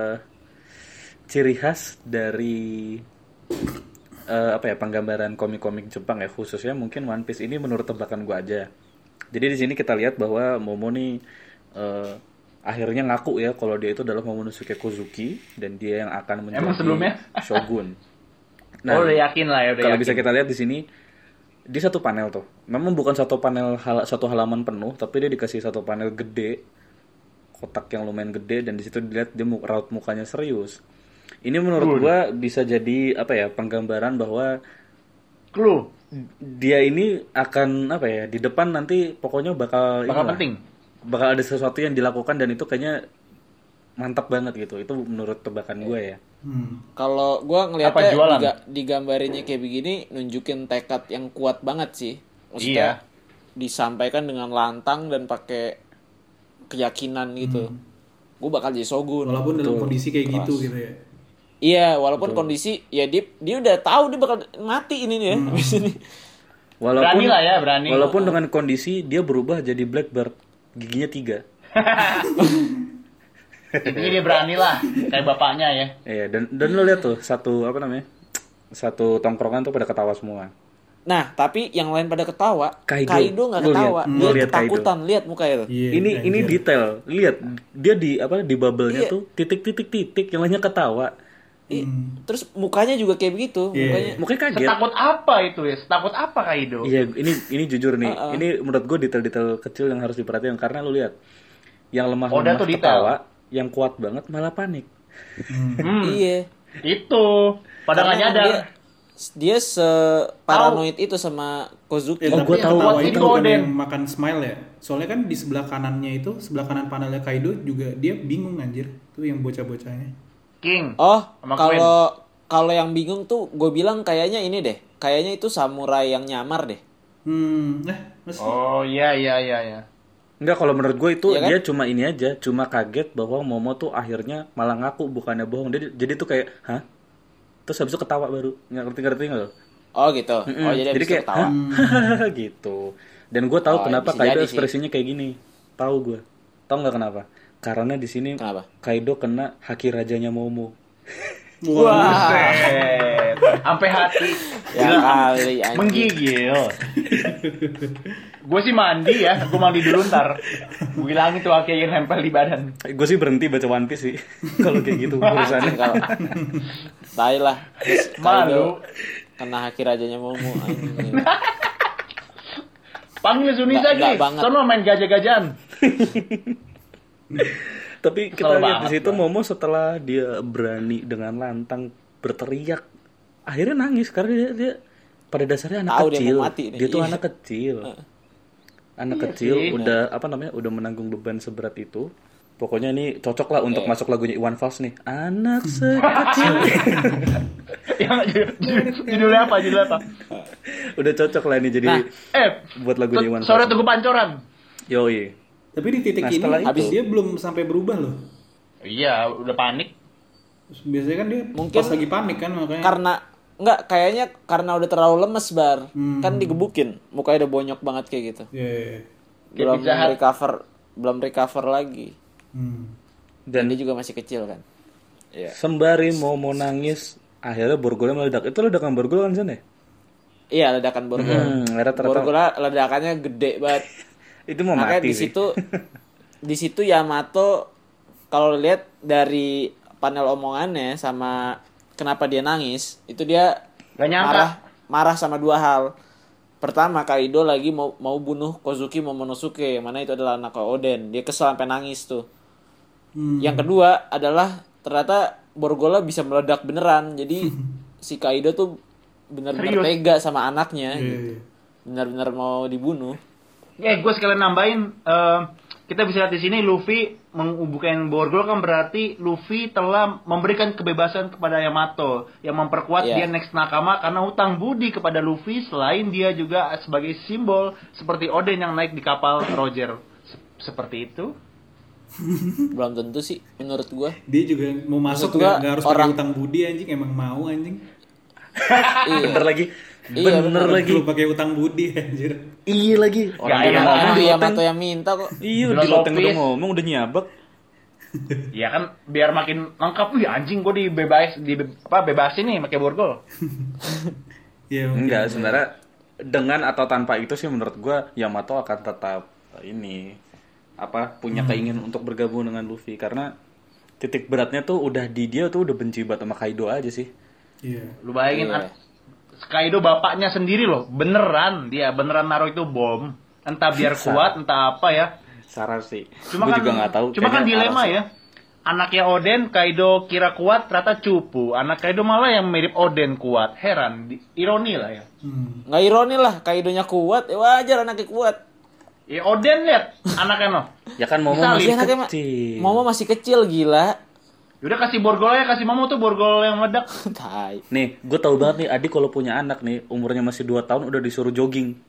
C: ciri khas dari penggambaran komik-komik Jepang ya, khususnya mungkin One Piece ini menurut tebakan gua aja. Jadi di sini kita lihat bahwa Momo nih akhirnya ngaku ya kalau dia itu adalah Momonosuke Kozuki dan dia yang akan menjadi shogun. Nah,
E: udah yakin lah ya.
C: Kalau bisa kita lihat di sini di satu panel tuh. Memang bukan satu halaman penuh, tapi dia dikasih satu panel gede, kotak yang lumayan gede dan di situ dilihat dia raut mukanya serius. Ini menurut gua bisa jadi penggambaran bahwa dia ini akan di depan nanti pokoknya bakal
E: penting.
C: Bakal ada sesuatu yang dilakukan dan itu kayaknya mantap banget gitu. Itu menurut tebakan gue ya.
B: Kalau gue ngelihatnya digambarinnya kayak begini nunjukin tekad yang kuat banget sih. Maksudnya disampaikan dengan lantang dan pakai keyakinan gitu. Gue bakal jadi shogun.
D: Walaupun dalam kondisi kayak gitu ya.
B: Iya, walaupun kondisi ya dia udah tahu dia bakal mati ini nih ya.
C: Berani. Walaupun dengan kondisi dia berubah jadi Blackbird, giginya 3.
E: Intinya dia berani lah, kayak bapaknya ya.
C: Iya, dan lo lihat tuh satu tongkrongan tuh pada ketawa semua.
B: Nah, tapi yang lain pada ketawa, Kaido nggak ketawa, dia ketakutan, lihat mukanya tuh.
C: Ini detail, lihat dia di bubble-nya tuh titik yang lainnya ketawa.
B: Terus mukanya juga kayak begitu,
C: mukanya kaget.
E: Setakut apa itu ya? Setakut apa Kaido?
C: Iya, ini jujur nih. Ini menurut gue detail-detail kecil yang harus diperhatikan karena lu lihat. Yang lemah ketawa, yang kuat banget malah panik.
B: Iya.
E: Itu pada nggak nyadar.
B: Dia separanoid itu sama Kozuki.
D: Gue tahu itu bukan yang makan smile ya. Soalnya kan di sebelah kanannya itu, sebelah kanan panelnya Kaido juga dia bingung anjir. Itu yang bocah-bocahnya.
E: King.
B: Oh, kalau yang bingung tuh gue bilang kayaknya ini deh. Kayaknya itu samurai yang nyamar deh.
E: Oh iya.
C: Enggak, kalau menurut gue itu ya kan? Dia cuma ini aja, cuma kaget bahwa Momo tuh akhirnya malah ngaku bukannya bohong. Jadi tuh kayak, hah? Terus habis itu ketawa baru. Ngerti nggak lo?
B: Oh gitu. Oh jadi kayak
C: ketawa. Gitu. Dan gue tahu kenapa Kaido ekspresinya kayak gini. Tahu gue. Tahu nggak kenapa? Karena di sini Kaido kena haki rajanya Momo.
E: Wah. Sampai hati.
B: Ya kali
E: menggigil. Gue sih mandi ya, gue mandi dulu ntar. Gue hilangin tuh haki yang nempel di badan.
C: Gue sih berhenti baca One Piece sih. Kalau kayak gitu urusannya.
B: Tai lah.
E: Malu.
B: Kena haki rajanya Momo.
E: Panggil Sunisa lagi. Sono main gajah-gajahan.
C: Tapi kita lihat di situ Momo setelah dia berani dengan lantang berteriak, akhirnya nangis karena dia pada dasarnya anak kecil. Dia tuh anak kecil. Anak kecil udah udah menanggung beban seberat itu. Pokoknya ini cocok lah untuk masuk lagunya Iwan Fals nih. Anak sekecil.
E: Judulnya apa?
C: Udah cocok lah ini jadi buat lagunya Iwan Fals.
E: Sore Tugu Pancoran.
C: Yoi.
D: Tapi di titik ini habis dia belum sampai berubah loh.
E: Iya, udah panik.
D: Biasanya kan dia mungkin pas lagi panik kan makanya.
B: Kayaknya karena udah terlalu lemes bar. Kan digebukin, mukanya udah bonyok banget kayak gitu. Belum recover lagi. Dan dia juga masih kecil kan.
C: Sembari mau nangis, akhirnya borgolnya meledak. Itu ledakan borgol kan sana?
B: Iya, ledakan borgol. Borgolnya ledakannya gede banget.
C: Itu mau mati
B: sih. Di situ Yamato kalau lihat dari panel omongannya sama kenapa dia nangis, itu dia marah sama dua hal. Pertama, Kaido lagi mau bunuh Kozuki Momonosuke, yang mana itu adalah anak Oden. Dia kesel sampai nangis tuh. Yang kedua adalah ternyata borgolnya bisa meledak beneran. Jadi si Kaido tuh benar-benar tega sama anaknya gitu. Benar-benar mau dibunuh.
E: Gue sekalian nambahin, kita bisa lihat di sini Luffy mengubuhkan borgol kan berarti Luffy telah memberikan kebebasan kepada Yamato yang memperkuat dia next nakama karena hutang budi kepada Luffy selain dia juga sebagai simbol seperti Oden yang naik di kapal Roger. Seperti itu.
B: Belum tentu sih menurut gua.
D: Dia juga mau masuk nggak harus pakai hutang budi anjing, emang mau anjing.
C: Bentar lagi. Bener lagi.
D: Lu pakai utang budi anjir.
C: Iya lagi.
B: Orang dia ngomong dia Yamato yang minta kok.
C: Iya, di loteng udah ngomong udah nyabak.
E: Iya kan biar makin lengkap. Wih anjing gue bebasin nih pakai borgol.
C: Iya. Enggak, sebenarnya dengan atau tanpa itu sih menurut gue Yamato akan tetap punya keinginan untuk bergabung dengan Luffy karena titik beratnya tuh udah di dia tuh udah benci banget sama Kaido aja sih.
D: Iya.
E: Lu bayangin Kaido bapaknya sendiri loh, beneran naruh itu bom, entah biar kuat, entah apa ya.
C: Saran sih.
E: Cuma kan, juga nggak tahu. Cuma kan dilema ya. Anaknya Oden, Kaido kira kuat, ternyata cupu. Anak Kaido malah yang mirip Oden kuat. Heran, ironi lah ya.
B: Nggak ironi lah, Kaidonya kuat, wajar anaknya kuat.
E: Ya Oden lihat anaknya no.
C: Ya kan Momo masih kecil.
B: Momo masih kecil gila.
E: Yaudah kasih borgol aja, kasih Momo tuh borgol yang meledak.
C: Nih, gue tahu banget nih Adi kalau punya anak nih, umurnya masih 2 tahun udah disuruh jogging.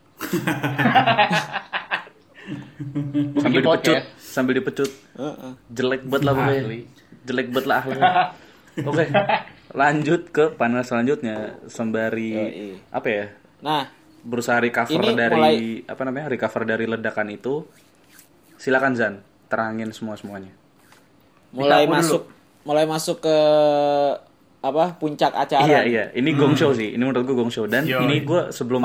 C: Sambil dipecut. Jelek banget lah pokoknya. Jelek banget lah Oke, lanjut ke panel selanjutnya sembari berusaha recover dari ledakan itu. Silakan Zan, terangin semuanya.
B: Mulai masuk ke puncak acara.
C: Iya. Ini gong show sih. Ini menurut gue gong show dan ini gue sebelum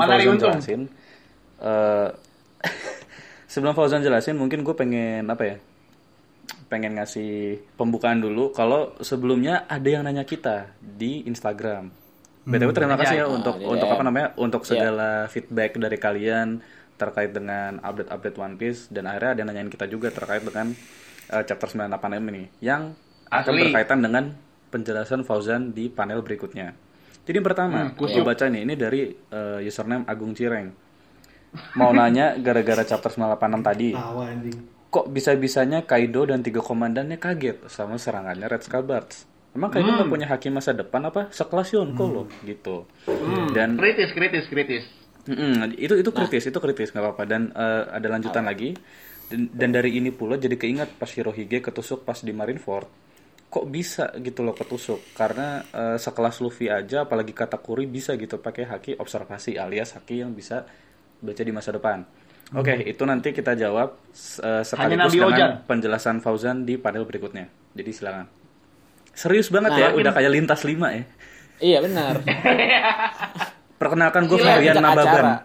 C: Fauzan jelasin mungkin gue pengen pengen ngasih pembukaan dulu. Kalau sebelumnya ada yang nanya kita di Instagram. BTW terima kasih ya untuk apa namanya, untuk segala feedback dari kalian terkait dengan update One Piece, dan akhirnya ada yang nanyain kita juga terkait dengan chapter 98 ini yang akan berkaitan dengan penjelasan Fauzan di panel berikutnya. Jadi yang pertama, gue baca nih, ini dari username Agung Cireng. Mau nanya gara-gara chapter 986 tadi. Kok bisa-bisanya Kaido dan 3 komandannya kaget sama serangannya Red Scabbard? Emang Kaido nggak punya haki masa depan apa? Sekelas Yonko loh gitu. Dan
E: kritis.
C: Itu kritis nggak apa-apa. Dan ada lanjutan lagi. Dan dari ini pula jadi keingat pas Shirohige ketusuk pas di Marineford. Kok bisa gitu loh ketusuk? Karena sekelas Luffy aja, apalagi Katakuri bisa gitu pakai haki observasi alias haki yang bisa baca di masa depan. Oke, itu nanti kita jawab sekaligus dengan penjelasan Fauzan di panel berikutnya. Jadi silakan. Serius banget ya, udah kayak lintas 5 ya.
B: Iya benar.
C: Perkenalkan gue Varian Nababan.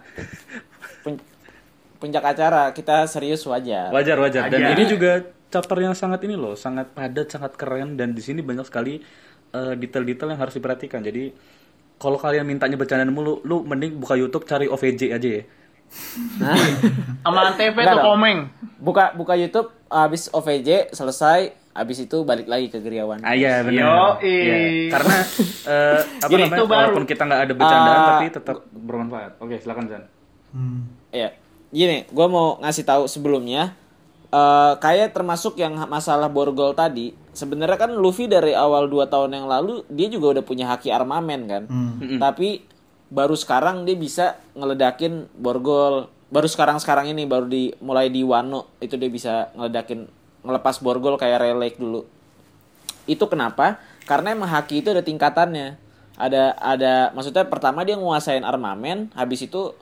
B: Puncak acara, kita serius wajar.
C: Wajar. Dan ini juga chapter yang sangat ini loh, sangat padat, sangat keren, dan di sini banyak sekali detail-detail yang harus diperhatikan. Jadi kalau kalian mintanya bercandaan mulu, lu mending buka YouTube cari OVJ aja ya.
E: Amalan TV tuh komeng.
B: Buka YouTube, habis OVJ selesai, habis itu balik lagi ke Geriawan.
C: Iya benar. Ya, karena apa namanya, walaupun kita nggak ada bercandaan tapi tetap bermanfaat. Oke, silakan Zan.
B: Iya, gini, gue mau ngasih tahu sebelumnya. Kayak termasuk yang masalah borgol tadi, sebenarnya kan Luffy dari awal 2 tahun yang lalu dia juga udah punya haki armamen kan. Tapi baru sekarang dia bisa ngeledakin borgol. Baru sekarang ini baru mulai di Wano itu dia bisa ngelepas borgol kayak Relic dulu. Itu kenapa? Karena emang haki itu ada tingkatannya. Ada maksudnya pertama dia nguasain armamen, habis itu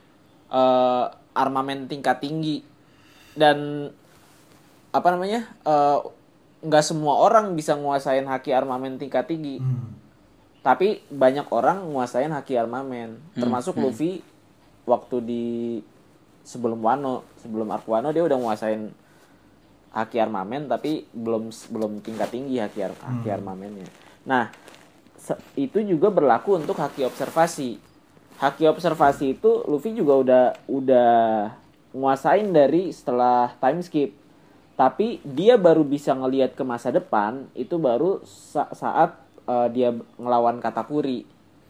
B: armamen tingkat tinggi. Dan apa namanya, nggak semua orang bisa nguasain haki armamen tingkat tinggi, tapi banyak orang nguasain haki armamen, termasuk Luffy waktu di sebelum arc Wano dia udah nguasain haki armamen, tapi belum tingkat tinggi haki armamennya. Nah itu juga berlaku untuk haki observasi. Haki observasi itu Luffy juga udah nguasain dari setelah time skip. Tapi dia baru bisa ngelihat ke masa depan itu baru saat dia ngelawan Katakuri.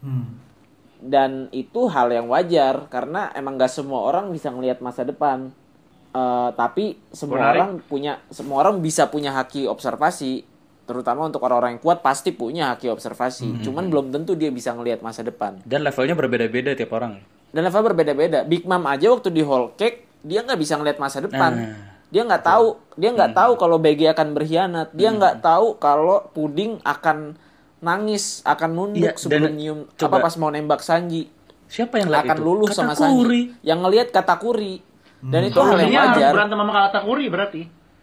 B: Dan itu hal yang wajar karena emang gak semua orang bisa ngelihat masa depan. Tapi semua orang bisa punya haki observasi. Terutama untuk orang-orang yang kuat pasti punya haki observasi. Cuman belum tentu dia bisa ngelihat masa depan.
C: Dan levelnya berbeda-beda tiap orang.
B: Big Mom aja waktu di Whole Cake dia nggak bisa ngelihat masa depan. Dia nggak tahu kalau BG akan berkhianat. Dia nggak tahu kalau Puding akan nangis, akan nunduk sebelum nyium pas mau nembak Sanji.
C: Siapa yang
B: akan luluh sama Sanji? Yang ngelihat Katakuri. Dan itu hal yang wajar.
E: Berantem sama Katakuri berarti.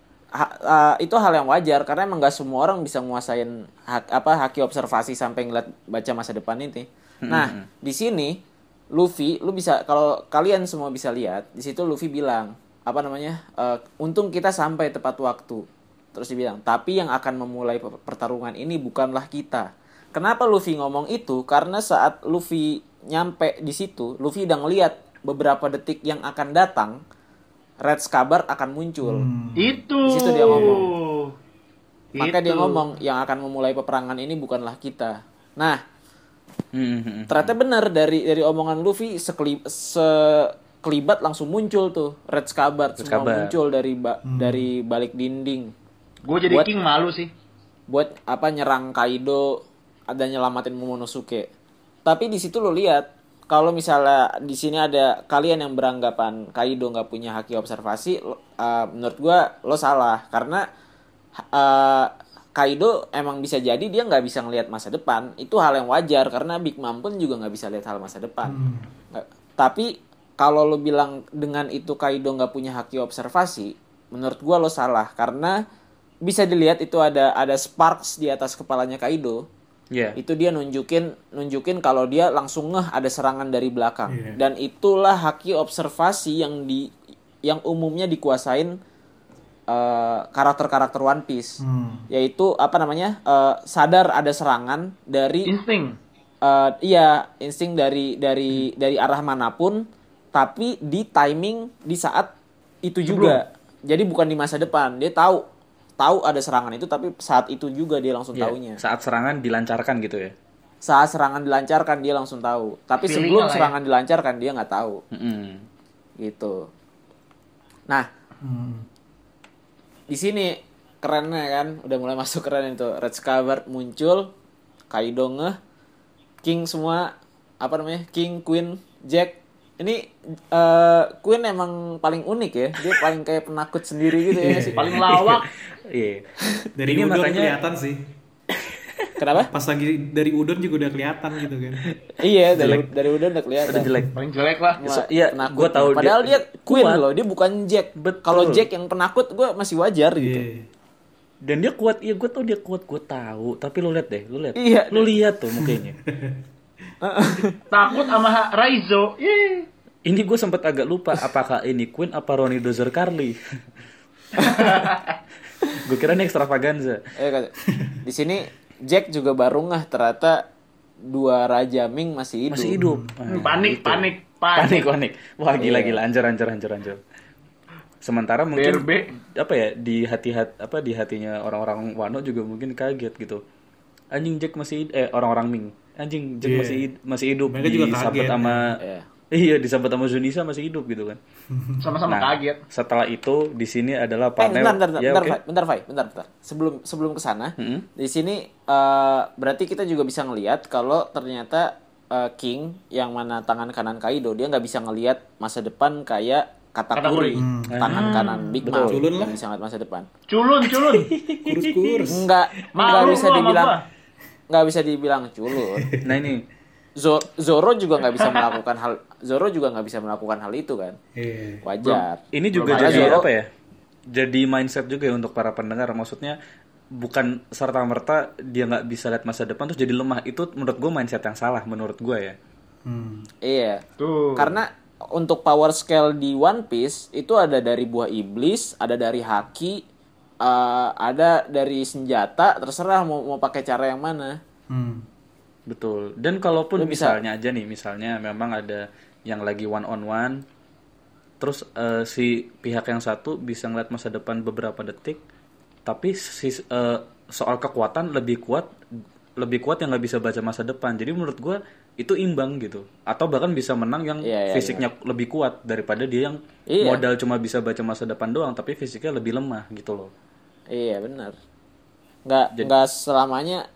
B: Itu hal yang wajar karena emang nggak semua orang bisa nguasain haki observasi sampai ngeliat baca masa depan ini. Nah di sini Luffy, kalau kalian semua bisa lihat di situ Luffy bilang untung kita sampai tepat waktu. Terus dia bilang, tapi yang akan memulai pertarungan ini bukanlah kita. Kenapa Luffy ngomong itu? Karena saat Luffy nyampe di situ, Luffy udah ngeliat beberapa detik yang akan datang, Red Scabbard akan muncul.
E: Itu.
B: Di situ dia ngomong. Maka dia ngomong, yang akan memulai peperangan ini bukanlah kita. Nah, ternyata benar dari omongan Luffy sekelibat langsung muncul tuh Red Scabbard semua muncul dari balik dinding.
E: Gue jadi King malu sih.
B: Buat nyerang Kaido, ada nyelamatin Momonosuke. Tapi di situ lo lihat kalau misalnya di sini ada kalian yang beranggapan Kaido nggak punya haki observasi, menurut gue lo salah karena Kaido emang bisa jadi dia nggak bisa ngelihat masa depan. Itu hal yang wajar karena Big Mom pun juga nggak bisa lihat hal masa depan. Tapi kalau lo bilang dengan itu Kaido nggak punya haki observasi, menurut gue lo salah karena bisa dilihat itu ada sparks di atas kepalanya Kaido. Itu dia nunjukin kalau dia langsung ngeh ada serangan dari belakang. Dan itulah haki observasi yang umumnya dikuasain karakter-karakter One Piece, yaitu apa namanya, sadar ada serangan dari
E: insting.
B: Insting dari arah manapun, tapi di timing di saat itu juga. Jadi bukan di masa depan. Dia tahu ada serangan itu, tapi saat itu juga dia langsung taunya.
C: Saat serangan dilancarkan gitu ya.
B: Saat serangan dilancarkan dia langsung tahu. Tapi sebelum serangan dilancarkan dia nggak tahu. Gitu. Nah, di sini kerennya kan, udah mulai masuk keren itu. Red Scabbard muncul, Kaido King semua, apa namanya, King, Queen, Jack. Ini Queen emang paling unik ya. Dia paling kayak penakut sendiri gitu ya sih.
E: Paling lawak.
C: Iya.
D: Dari ini Udon makanya kelihatan sih.
B: Kenapa?
D: Pas lagi dari Udon juga udah kelihatan gitu kan.
B: Iya, dari Udon udah kelihatan.
C: Udah jelek.
E: Paling jelek lah.
C: Iya, gue tahu.
B: Padahal dia Queen loh, dia bukan Jack. Kalau Jack yang penakut gue masih wajar gitu.
C: Dan dia kuat, iya gue tau dia kuat, gue tahu. Tapi lu lihat deh,
B: Iya.
C: Lu lihat tuh mukanya.
E: Takut sama Raizo.
C: Ini gue sempet agak lupa apakah ini Queen apa Ronnie Dozer Carly. Gue kira ini extravaganza.
B: Di sini Jack juga baru ternyata dua Raja Ming masih hidup.
E: Panik.
C: Wah gila anjir. Sementara mungkin apa ya di hatinya orang-orang Wano juga mungkin kaget gitu. Anjing Jack masih orang-orang Ming. Anjing Jack masih hidup.
D: Mereka juga kaget.
C: Disambut sama Zunisa masih hidup gitu kan.
E: Sama-sama kaget.
C: Setelah itu di sini adalah panel.
B: Bentar. Sebelum ke sana, di sini berarti kita juga bisa ngelihat kalau ternyata King yang mana tangan kanan Kaido, dia nggak bisa ngelihat masa depan kayak Katakuri. Tangan kanan Big Mom yang bisa ngelihat masa depan.
E: Culun.
B: Kurus. Nggak bisa dibilang culun.
C: Nah ini
B: Zoro juga nggak bisa melakukan hal itu kan. Wajar.
C: Ini juga jadi Zoro, apa ya? Jadi mindset juga ya untuk para pendengar. Maksudnya bukan serta-merta dia nggak bisa lihat masa depan terus jadi lemah. Itu menurut gue mindset yang salah menurut gue ya.
B: Iya. Tuh. Karena untuk power scale di One Piece itu ada dari buah iblis, ada dari haki, ada dari senjata. Terserah mau pakai cara yang mana.
C: Betul. Dan kalaupun misalnya memang ada yang lagi one on one, terus si pihak yang satu bisa ngeliat masa depan beberapa detik, tapi soal kekuatan lebih kuat yang nggak bisa baca masa depan. Jadi menurut gue itu imbang gitu. Atau bahkan bisa menang yang fisiknya lebih kuat daripada dia yang modal cuma bisa baca masa depan doang, tapi fisiknya lebih lemah gitu loh.
B: Iya benar. Nggak selamanya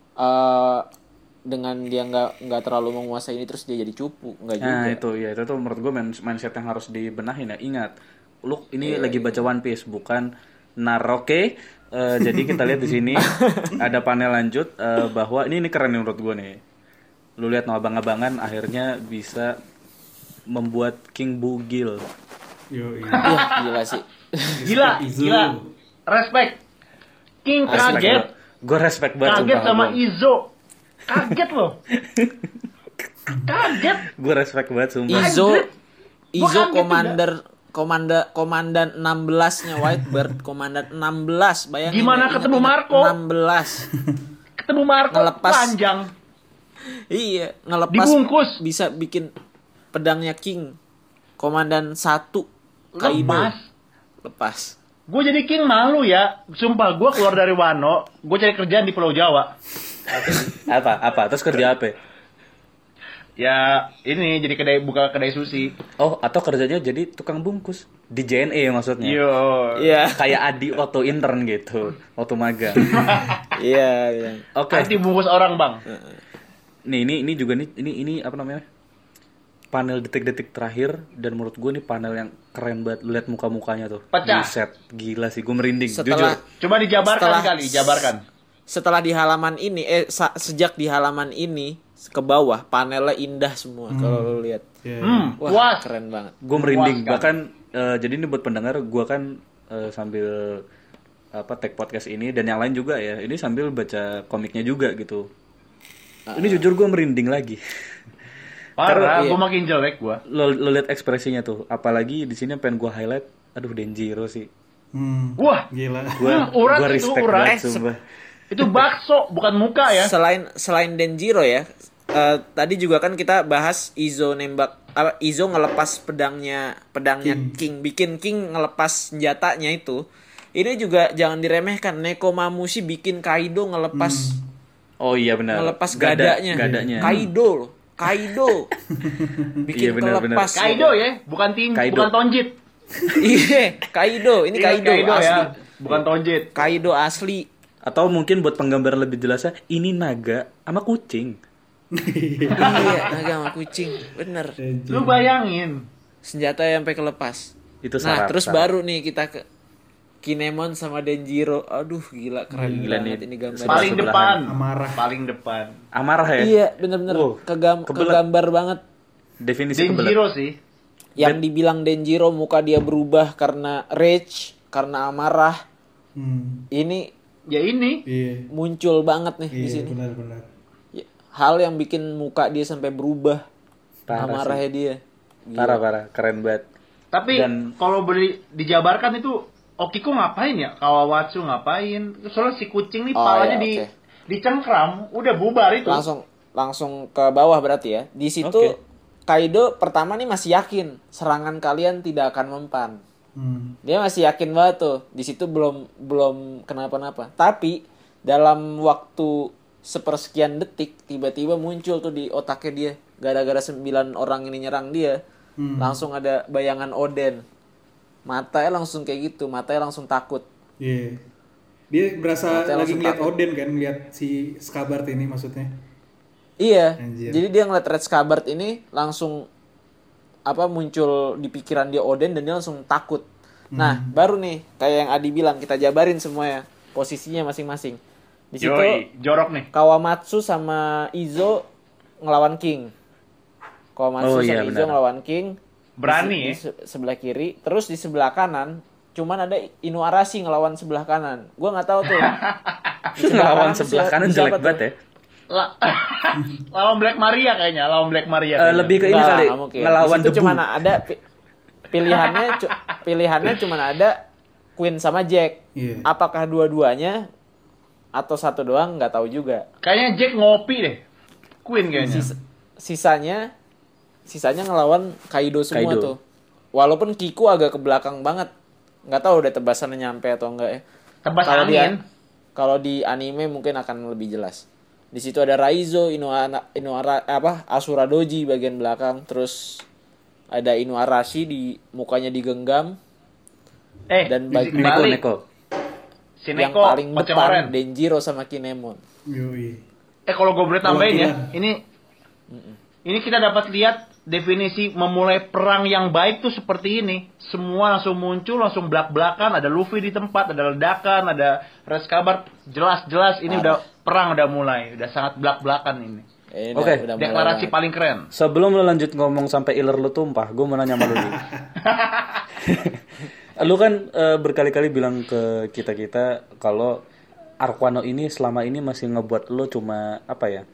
B: dengan dia nggak terlalu menguasai ini terus dia jadi cupu, nggak juga.
C: Nah itu tuh menurut gue mindset yang harus dibenahin ya. Ingat, lu ini lagi baca One Piece bukan Naruto. Jadi kita lihat di sini ada panel lanjut bahwa ini keren nih menurut gue nih. Lu lihat abang-abangan akhirnya bisa membuat King bugil.
B: Gila sih.
E: Gila. Respect. King kaget.
C: Gue respect banget.
E: Kaget sama Izo. Kaget loh. Kaget.
C: Gue respect banget sumpah.
B: Izo komandan 16-nya Whitebird, komandan 16. Bayangin.
E: Gimana ketemu Marco?
B: 16.
E: Ketemu Marco panjang.
B: Iya, ngelepas
E: dibungkus.
B: Bisa bikin pedangnya King. Komandan 1 Kaido. Lepas.
E: Gue jadi King malu ya. Sumpah gue keluar dari Wano, gue cari kerjaan di Pulau Jawa.
C: Apa? Terus kerja apa?
E: Ya ini jadi buka kedai sushi.
C: Oh, atau kerjanya jadi tukang bungkus di JNE maksudnya.
E: Iya.
C: Kayak Adi waktu intern gitu, waktu magang.
B: Iya.
E: Oke. Adi bungkus orang, Bang.
C: Nih, ini juga ini apa namanya? Panel detik-detik terakhir dan menurut gue nih panel yang keren banget. Lihat muka-mukanya tuh.
E: Pecah.
C: Buset, gila sih, gue merinding.
B: Jujur.
E: Coba dijabarkan. Setelah
B: di halaman ini, sejak di halaman ini ke bawah panelnya indah semua kalau lo lihat. Wah, keren banget.
C: Gue merinding. Bahkan jadi ini buat pendengar, gue kan sambil take podcast ini dan yang lain juga ya. Ini sambil baca komiknya juga gitu. Ini jujur gue merinding lagi.
E: Parah, gue makin jelek gue.
C: Lo lihat ekspresinya tuh. Apalagi di sini pengen gue highlight. Aduh, Denjiro sih.
E: Wah,
D: gila.
E: Urat itu urat. Itu bakso, bukan muka ya.
B: Selain Denjiro ya, tadi juga kan kita bahas Izo ngelepas pedangnya King. Bikin King ngelepas senjatanya itu. Ini juga jangan diremehkan. Nekomamushi bikin Kaido ngelepas.
C: Oh iya benar.
B: Ngelepas gadanya. Kaido. Bikin ngelepas.
E: Kaido ya, bukan Tonjit.
B: Iya, Kaido. Ini Kaido asli.
E: Ya. Bukan Tonjit.
B: Kaido asli.
C: Atau mungkin buat penggambaran lebih jelasnya, ini naga sama kucing.
B: Iya, naga sama kucing. Bener.
E: Lu bayangin.
B: Senjata yang sampai kelepas.
C: Itu
B: terus baru nih kita ke Kinemon sama Denjiro. Aduh, gila keren banget ini gambar.
E: Paling depan.
C: Amarah ya?
B: Iya, bener-bener. Kegambar banget.
C: Definisi
E: Denjiro sih.
B: Yang dibilang Denjiro muka dia berubah karena rage, karena amarah. Ini muncul banget nih di sini.
D: Benar.
B: Hal yang bikin muka dia sampai berubah. Amarahnya dia.
C: Parah, keren banget.
E: Tapi kalau dijabarkan itu Okiko ngapain ya? Kawawatsu ngapain? Soalnya si kucing nih palanya dicengkram, udah bubar itu.
B: Langsung ke bawah berarti ya. Di situ Kaido pertama nih masih yakin serangan kalian tidak akan mempan. Dia masih yakin banget tuh. Di situ belum kenapa-napa. Tapi dalam waktu sepersekian detik tiba-tiba muncul tuh di otaknya dia. Gara-gara 9 orang ini nyerang dia, langsung ada bayangan Oden. Matanya langsung kayak gitu, matanya langsung takut.
D: Iya. Dia berasa lagi ngeliat Oden kan, ngeliat si Skabart ini maksudnya.
B: Iya. Anjir. Jadi dia ngeliat Red Skabart ini langsung muncul di pikiran dia Oden dan dia langsung takut. Nah, baru nih kayak yang Adi bilang, kita jabarin semuanya posisinya masing-masing. Di situ
E: jorok nih.
B: Kawamatsu sama Izo ngelawan King. Izo ngelawan King.
E: Berani
B: di sebelah kiri, terus di sebelah kanan cuman ada Inuarashi ngelawan sebelah kanan. Gua nggak tahu tuh.
C: Ngelawan sebelah kanan jelek banget ya.
E: Lawan Black Maria kayaknya,
C: lebih ke ini kali, ngelawan debu.
B: Cuman ada pilihannya cuman ada Queen sama Jack. Apakah dua-duanya atau satu doang nggak tahu juga.
E: Kayaknya Jack ngopi deh. Queen kayaknya.
B: Sisanya ngelawan Kaido semua tuh. Walaupun Kiku agak ke belakang banget. Nggak tahu udah tebasannya nyampe atau enggak ya.
E: Tebas angin.
B: Kalau di anime mungkin akan lebih jelas. Di situ ada Raizo, Asura Doji bagian belakang, terus ada Inuarashi di mukanya digenggam. Dan
C: Neko.
B: Yang paling depan Denjiro sama Kinemon.
E: Kalau gue boleh tambahin ya, ini kita dapat lihat definisi memulai perang yang baik tuh seperti ini. Semua langsung muncul, langsung belak-belakan. Ada Luffy di tempat, ada ledakan, ada Red Skabart. Jelas-jelas ini udah perang udah mulai. Udah sangat belak-belakan ini.
C: Oke.
E: Deklarasi paling keren.
C: Sebelum lo lanjut ngomong sampai iler lo tumpah, gue mau nanya sama lo nih. Lo kan berkali-kali bilang ke kita-kita kalau Arkwano ini selama ini masih ngebuat lo cuma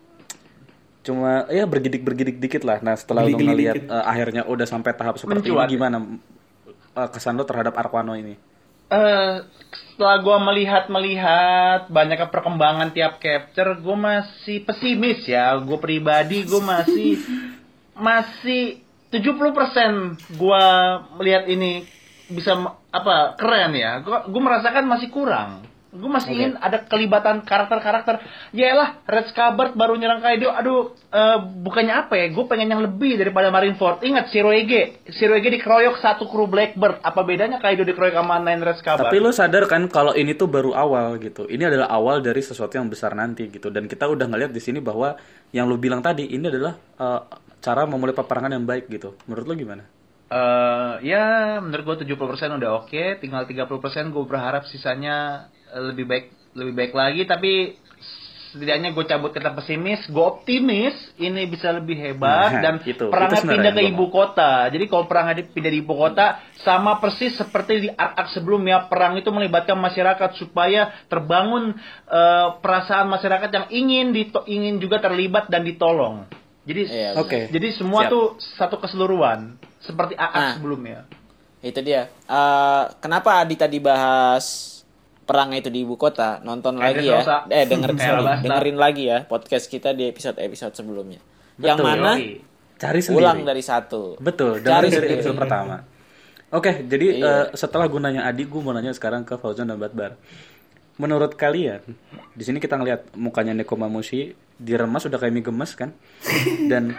C: bergidik dikit lah. Nah setelah lo ngelihat akhirnya udah sampai tahap seperti ini, gimana kesan lo terhadap Arkwano ini?
E: Setelah gue melihat banyaknya perkembangan tiap chapter, gue masih pesimis ya. Gue pribadi gue masih 70% gue melihat ini bisa keren ya. Gue merasakan masih kurang. Gue masih ingin ada kelibatan karakter-karakter. Yaelah, Red Skabart baru nyerang Kaido. Aduh, bukannya gue pengen yang lebih daripada Marineford. Ingat, Shirohige dikeroyok satu kru Blackbird. Apa bedanya Kaido dikeroyok sama Nine Red Skabart?
C: Tapi lo sadar kan kalau ini tuh baru awal gitu. Ini adalah awal dari sesuatu yang besar nanti gitu. Dan kita udah ngeliat di sini bahwa yang lo bilang tadi, ini adalah cara memulai peperangan yang baik gitu. Menurut lo gimana?
E: Ya, menurut gue 70% udah oke. Tinggal 30% gue berharap sisanya lebih baik lagi. Tapi setidaknya gue cabut kata pesimis, gue optimis ini bisa lebih hebat. Dan perangnya pindah ke ibu kota. Jadi kalau perangnya pindah di ibu kota, sama persis seperti di arc sebelumnya, perang itu melibatkan masyarakat supaya terbangun perasaan masyarakat yang ingin juga terlibat dan ditolong. Jadi jadi semua tuh satu keseluruhan seperti arc sebelumnya.
B: Itu dia. Kenapa Adi tadi bahas perang itu di ibu kota? Nonton lagi ya. Dengerin lagi ya podcast kita di episode sebelumnya.
C: Betul,
B: yang mana
C: cari sendiri.
B: Ulang dari 1.
C: Betul, dari episode pertama. Oke, jadi setelah gunanya Adi, gue mau nanya sekarang ke Fauzan dan Batbar. Menurut kalian, di sini kita ngelihat mukanya Nekomamushi diremas udah kayak mie gemes kan? Dan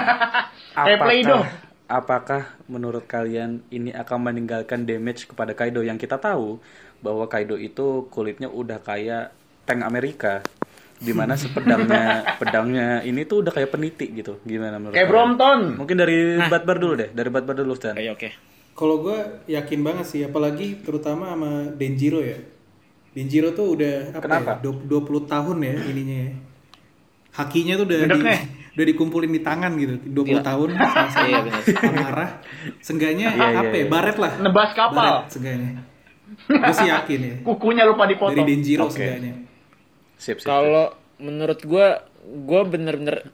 C: apakah menurut kalian ini akan meninggalkan damage kepada Kaido, yang kita tahu bahwa Kaido itu kulitnya udah kayak tank Amerika, dimana pedangnya ini tuh udah kayak peniti gitu. Gimana menurut
E: kayak
C: kalian?
E: Brompton.
C: Mungkin dari Batbar dulu deh, Stan.
B: Oke.
D: Kalau gue yakin banget sih, apalagi terutama sama Denjiro ya. Denjiro tuh udah 20 tahun ya ininya ya. Hakinya tuh udah dikumpulin di tangan gitu. 20 tahun sama marah. Seenggaknya baret lah.
E: Nebas kapal.
D: Baret seenggaknya. Gue sih yakin ya.
E: Kukunya lupa dipotong.
D: Dari Denjiro seenggaknya.
B: Sip. Kalau menurut gue bener-bener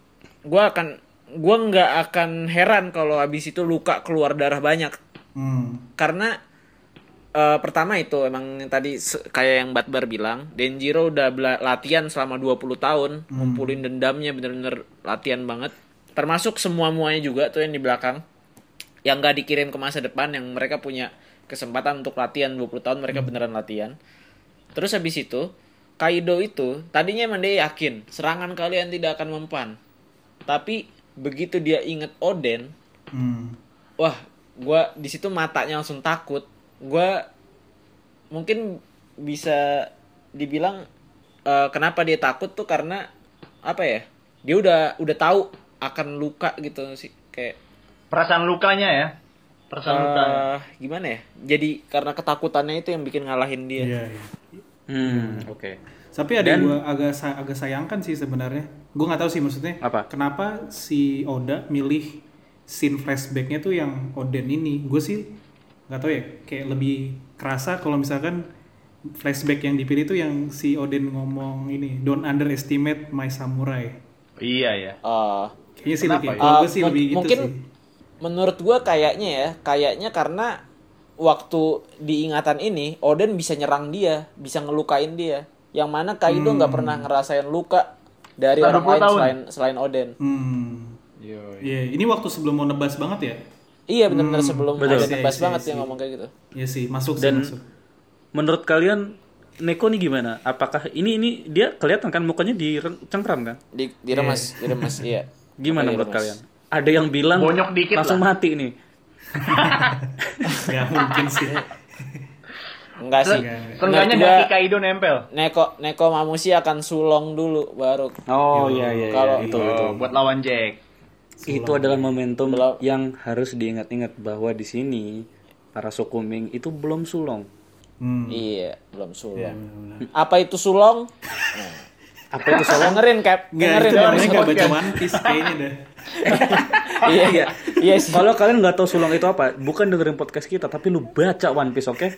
B: gue nggak akan heran kalau abis itu luka keluar darah banyak. Karena pertama itu emang tadi kayak yang Batbar bilang, Denjiro udah latihan selama 20 tahun, ngumpulin dendamnya, bener-bener latihan banget. Termasuk semua-muanya juga tuh yang di belakang, yang gak dikirim ke masa depan, yang mereka punya kesempatan untuk latihan 20 tahun, mereka beneran latihan. Terus habis itu, Kaido itu, tadinya emang dia yakin, serangan kalian tidak akan mempan. Tapi, begitu dia inget Oden, wah, gue di situ matanya langsung takut. Gue mungkin bisa dibilang kenapa dia takut tuh karena apa ya, dia udah tahu akan luka gitu sih, kayak
E: perasaan lukanya
B: gimana ya, jadi karena ketakutannya itu yang bikin ngalahin dia.
C: Oke.
D: Tapi ada yang gue agak sayangkan sih sebenarnya. Gue nggak tahu sih maksudnya kenapa si Oda milih scene flashbacknya tuh yang Oden ini. Gue sih nggak tahu ya, kayak lebih kerasa kalau misalkan flashback yang dipilih tuh yang si Oden ngomong ini, don't underestimate my samurai.
E: Iya ya.
D: Kayaknya sih lebih, gue sih lebih gitu
B: mungkin,
D: sih.
B: Menurut gue kayaknya karena waktu diingatan ini Oden bisa nyerang dia, bisa ngelukain dia, yang mana Kaido nggak pernah ngerasain luka dari orang lain selain Oden.
D: Iya, ini waktu sebelum mau nebas banget ya.
B: Iya benar-benar sebelum ada nebas banget yang ngomong kayak gitu.
D: Iya sih, masuk.
C: Menurut kalian Neko nih gimana? Apakah ini dia kelihatan kan mukanya dicengkram kan?
B: Diremas, iya.
C: Gimana menurut kalian? Ada yang bilang
E: bonyok dikit
C: langsung
E: lah.
C: mati nih.
D: Ya mungkin sih.
B: Enggak sih.
E: Seenggaknya kaki Kaido nempel.
B: Nekomamushi akan sulong dulu baru.
C: Iya.
B: Kalau
C: itu
E: buat lawan Jack.
C: Itu adalah momentum yang harus diingat-ingat bahwa di sini para Sukuming itu belum sulong.
B: Iya, belum sulong. Apa itu sulong?
C: Apa itu sulong?
B: Dengerin, Cap.
D: Dengerin. Itu namanya gak baca One Piece kayaknya dah.
C: Iya sih. Kalau kalian nggak tahu sulong itu apa, bukan dengerin podcast kita, tapi lu baca One Piece, oke?